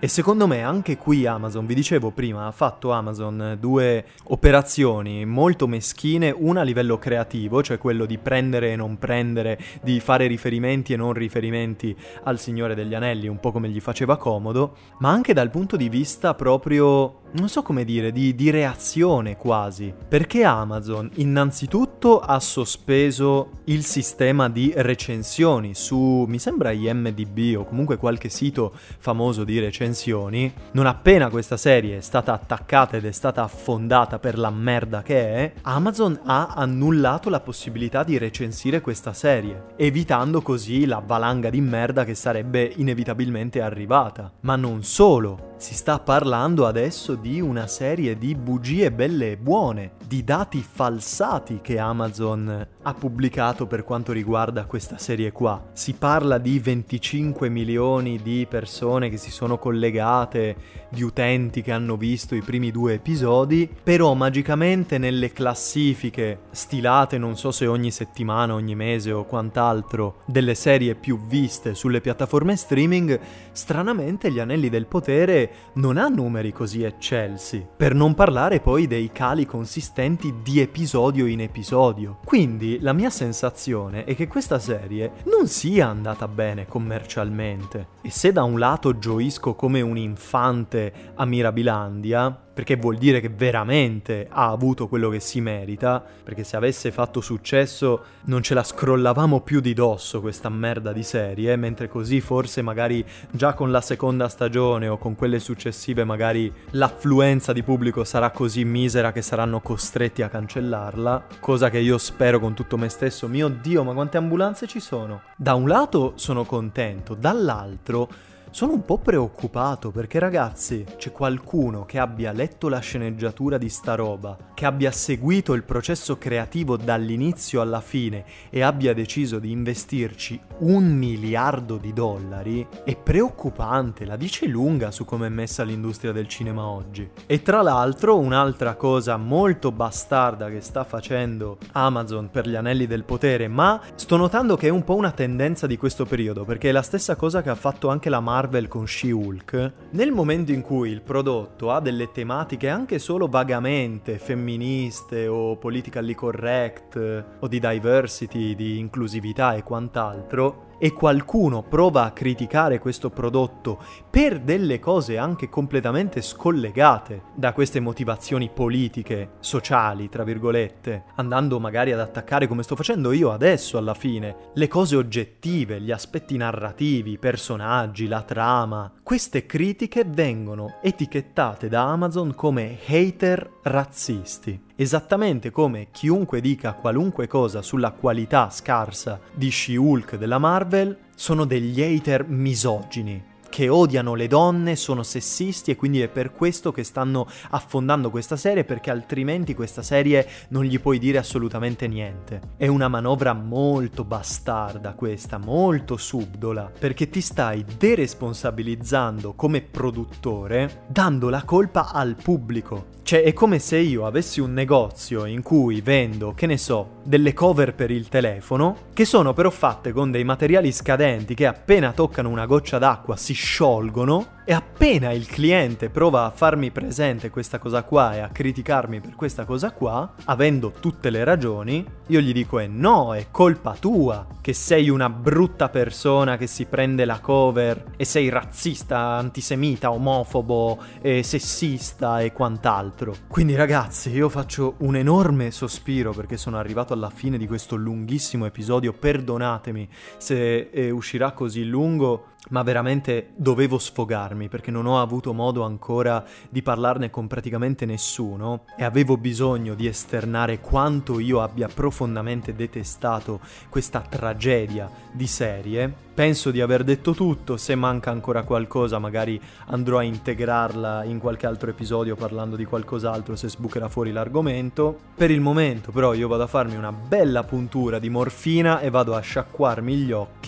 E secondo me anche qui Amazon, vi dicevo prima, ha fatto Amazon due operazioni molto meschine, una a livello creativo, cioè quello di prendere e non prendere, di fare riferimenti e non riferimenti al Signore degli Anelli, un po' come gli faceva comodo, ma anche dal punto di vista proprio, non so come dire, di, di reazione quasi. Perché Amazon innanzitutto ha sospeso il sistema di recensioni su, mi sembra I M D B o comunque qualche sito famoso di recensioni. Non appena questa serie è stata attaccata ed è stata affondata per la merda che è, Amazon ha annullato la possibilità di recensire questa serie, evitando così la valanga di merda che sarebbe inevitabilmente arrivata. Ma non solo, si sta parlando adesso di una serie di bugie belle e buone, di dati falsati che Amazon ha pubblicato per quanto riguarda questa serie qua. Si parla di venticinque milioni di persone che si sono collegate, di utenti che hanno visto i primi due episodi, però magicamente nelle classifiche stilate, non so se ogni settimana, ogni mese o quant'altro, delle serie più viste sulle piattaforme streaming, stranamente Gli Anelli del Potere non ha numeri così eccelsi, per non parlare poi dei cali consistenti di episodio in episodio. Quindi la mia sensazione è che questa serie non sia andata bene commercialmente. E se da un lato gioisco come un infante a Mirabilandia, perché vuol dire che veramente ha avuto quello che si merita, perché se avesse fatto successo non ce la scrollavamo più di dosso questa merda di serie, mentre così forse magari già con la seconda stagione o con quelle successive magari l'affluenza di pubblico sarà così misera che saranno costretti a cancellarla, cosa che io spero con tutto me stesso. Mio Dio, ma quante ambulanze ci sono? Da un lato sono contento, dall'altro sono un po' preoccupato perché, ragazzi, c'è qualcuno che abbia letto la sceneggiatura di sta roba, che abbia seguito il processo creativo dall'inizio alla fine e abbia deciso di investirci un miliardo di dollari. È preoccupante, la dice lunga su come è messa l'industria del cinema oggi. E tra l'altro un'altra cosa molto bastarda che sta facendo Amazon per Gli Anelli del Potere, ma sto notando che è un po' una tendenza di questo periodo, perché è la stessa cosa che ha fatto anche la Marvel con She-Hulk. Nel momento in cui il prodotto ha delle tematiche anche solo vagamente femministe o politically correct o di diversity, di inclusività e quant'altro, e qualcuno prova a criticare questo prodotto per delle cose anche completamente scollegate da queste motivazioni politiche, sociali, tra virgolette, andando magari ad attaccare, come sto facendo io adesso alla fine, le cose oggettive, gli aspetti narrativi, i personaggi, la trama, queste critiche vengono etichettate da Amazon come hater razzisti. Esattamente come chiunque dica qualunque cosa sulla qualità scarsa di She-Hulk della Marvel sono degli hater misogini, che odiano le donne, sono sessisti e quindi è per questo che stanno affondando questa serie, perché altrimenti questa serie non gli puoi dire assolutamente niente. È una manovra molto bastarda questa, molto subdola, perché ti stai deresponsabilizzando come produttore dando la colpa al pubblico. Cioè è come se io avessi un negozio in cui vendo, che ne so, delle cover per il telefono, che sono però fatte con dei materiali scadenti che appena toccano una goccia d'acqua si sciolgono, e appena il cliente prova a farmi presente questa cosa qua e a criticarmi per questa cosa qua, avendo tutte le ragioni, io gli dico eh no, è colpa tua, che sei una brutta persona che si prende la cover e sei razzista, antisemita, omofobo, e sessista e quant'altro. Quindi ragazzi, io faccio un enorme sospiro perché sono arrivato alla fine di questo lunghissimo episodio, perdonatemi se eh, uscirà così lungo, ma veramente dovevo sfogarmi perché non ho avuto modo ancora di parlarne con praticamente nessuno e avevo bisogno di esternare quanto io abbia profondamente detestato questa tragedia di serie. Penso di aver detto tutto, se manca ancora qualcosa magari andrò a integrarla in qualche altro episodio parlando di qualcos'altro se sbucherà fuori l'argomento. Per il momento però io vado a farmi una bella puntura di morfina e vado a sciacquarmi gli occhi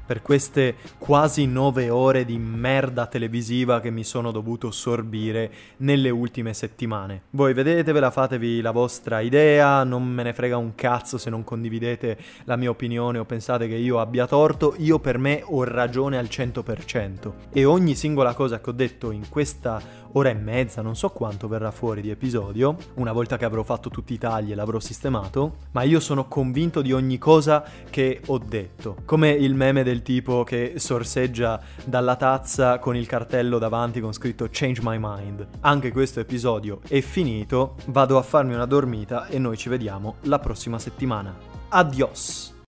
per queste quasi nove ore di merda televisiva che mi sono dovuto sorbire nelle ultime settimane. Voi vedetevela, fatevi la vostra idea, non me ne frega un cazzo se non condividete la mia opinione o pensate che io abbia torto, io per me ho ragione al cento per cento. E ogni singola cosa che ho detto in questa ora e mezza, non so quanto verrà fuori di episodio, una volta che avrò fatto tutti i tagli e l'avrò sistemato, ma io sono convinto di ogni cosa che ho detto. Come il meme del tipo che sorseggia dalla tazza con il cartello davanti con scritto Change My Mind. Anche questo episodio è finito, vado a farmi una dormita e noi ci vediamo la prossima settimana. Adios!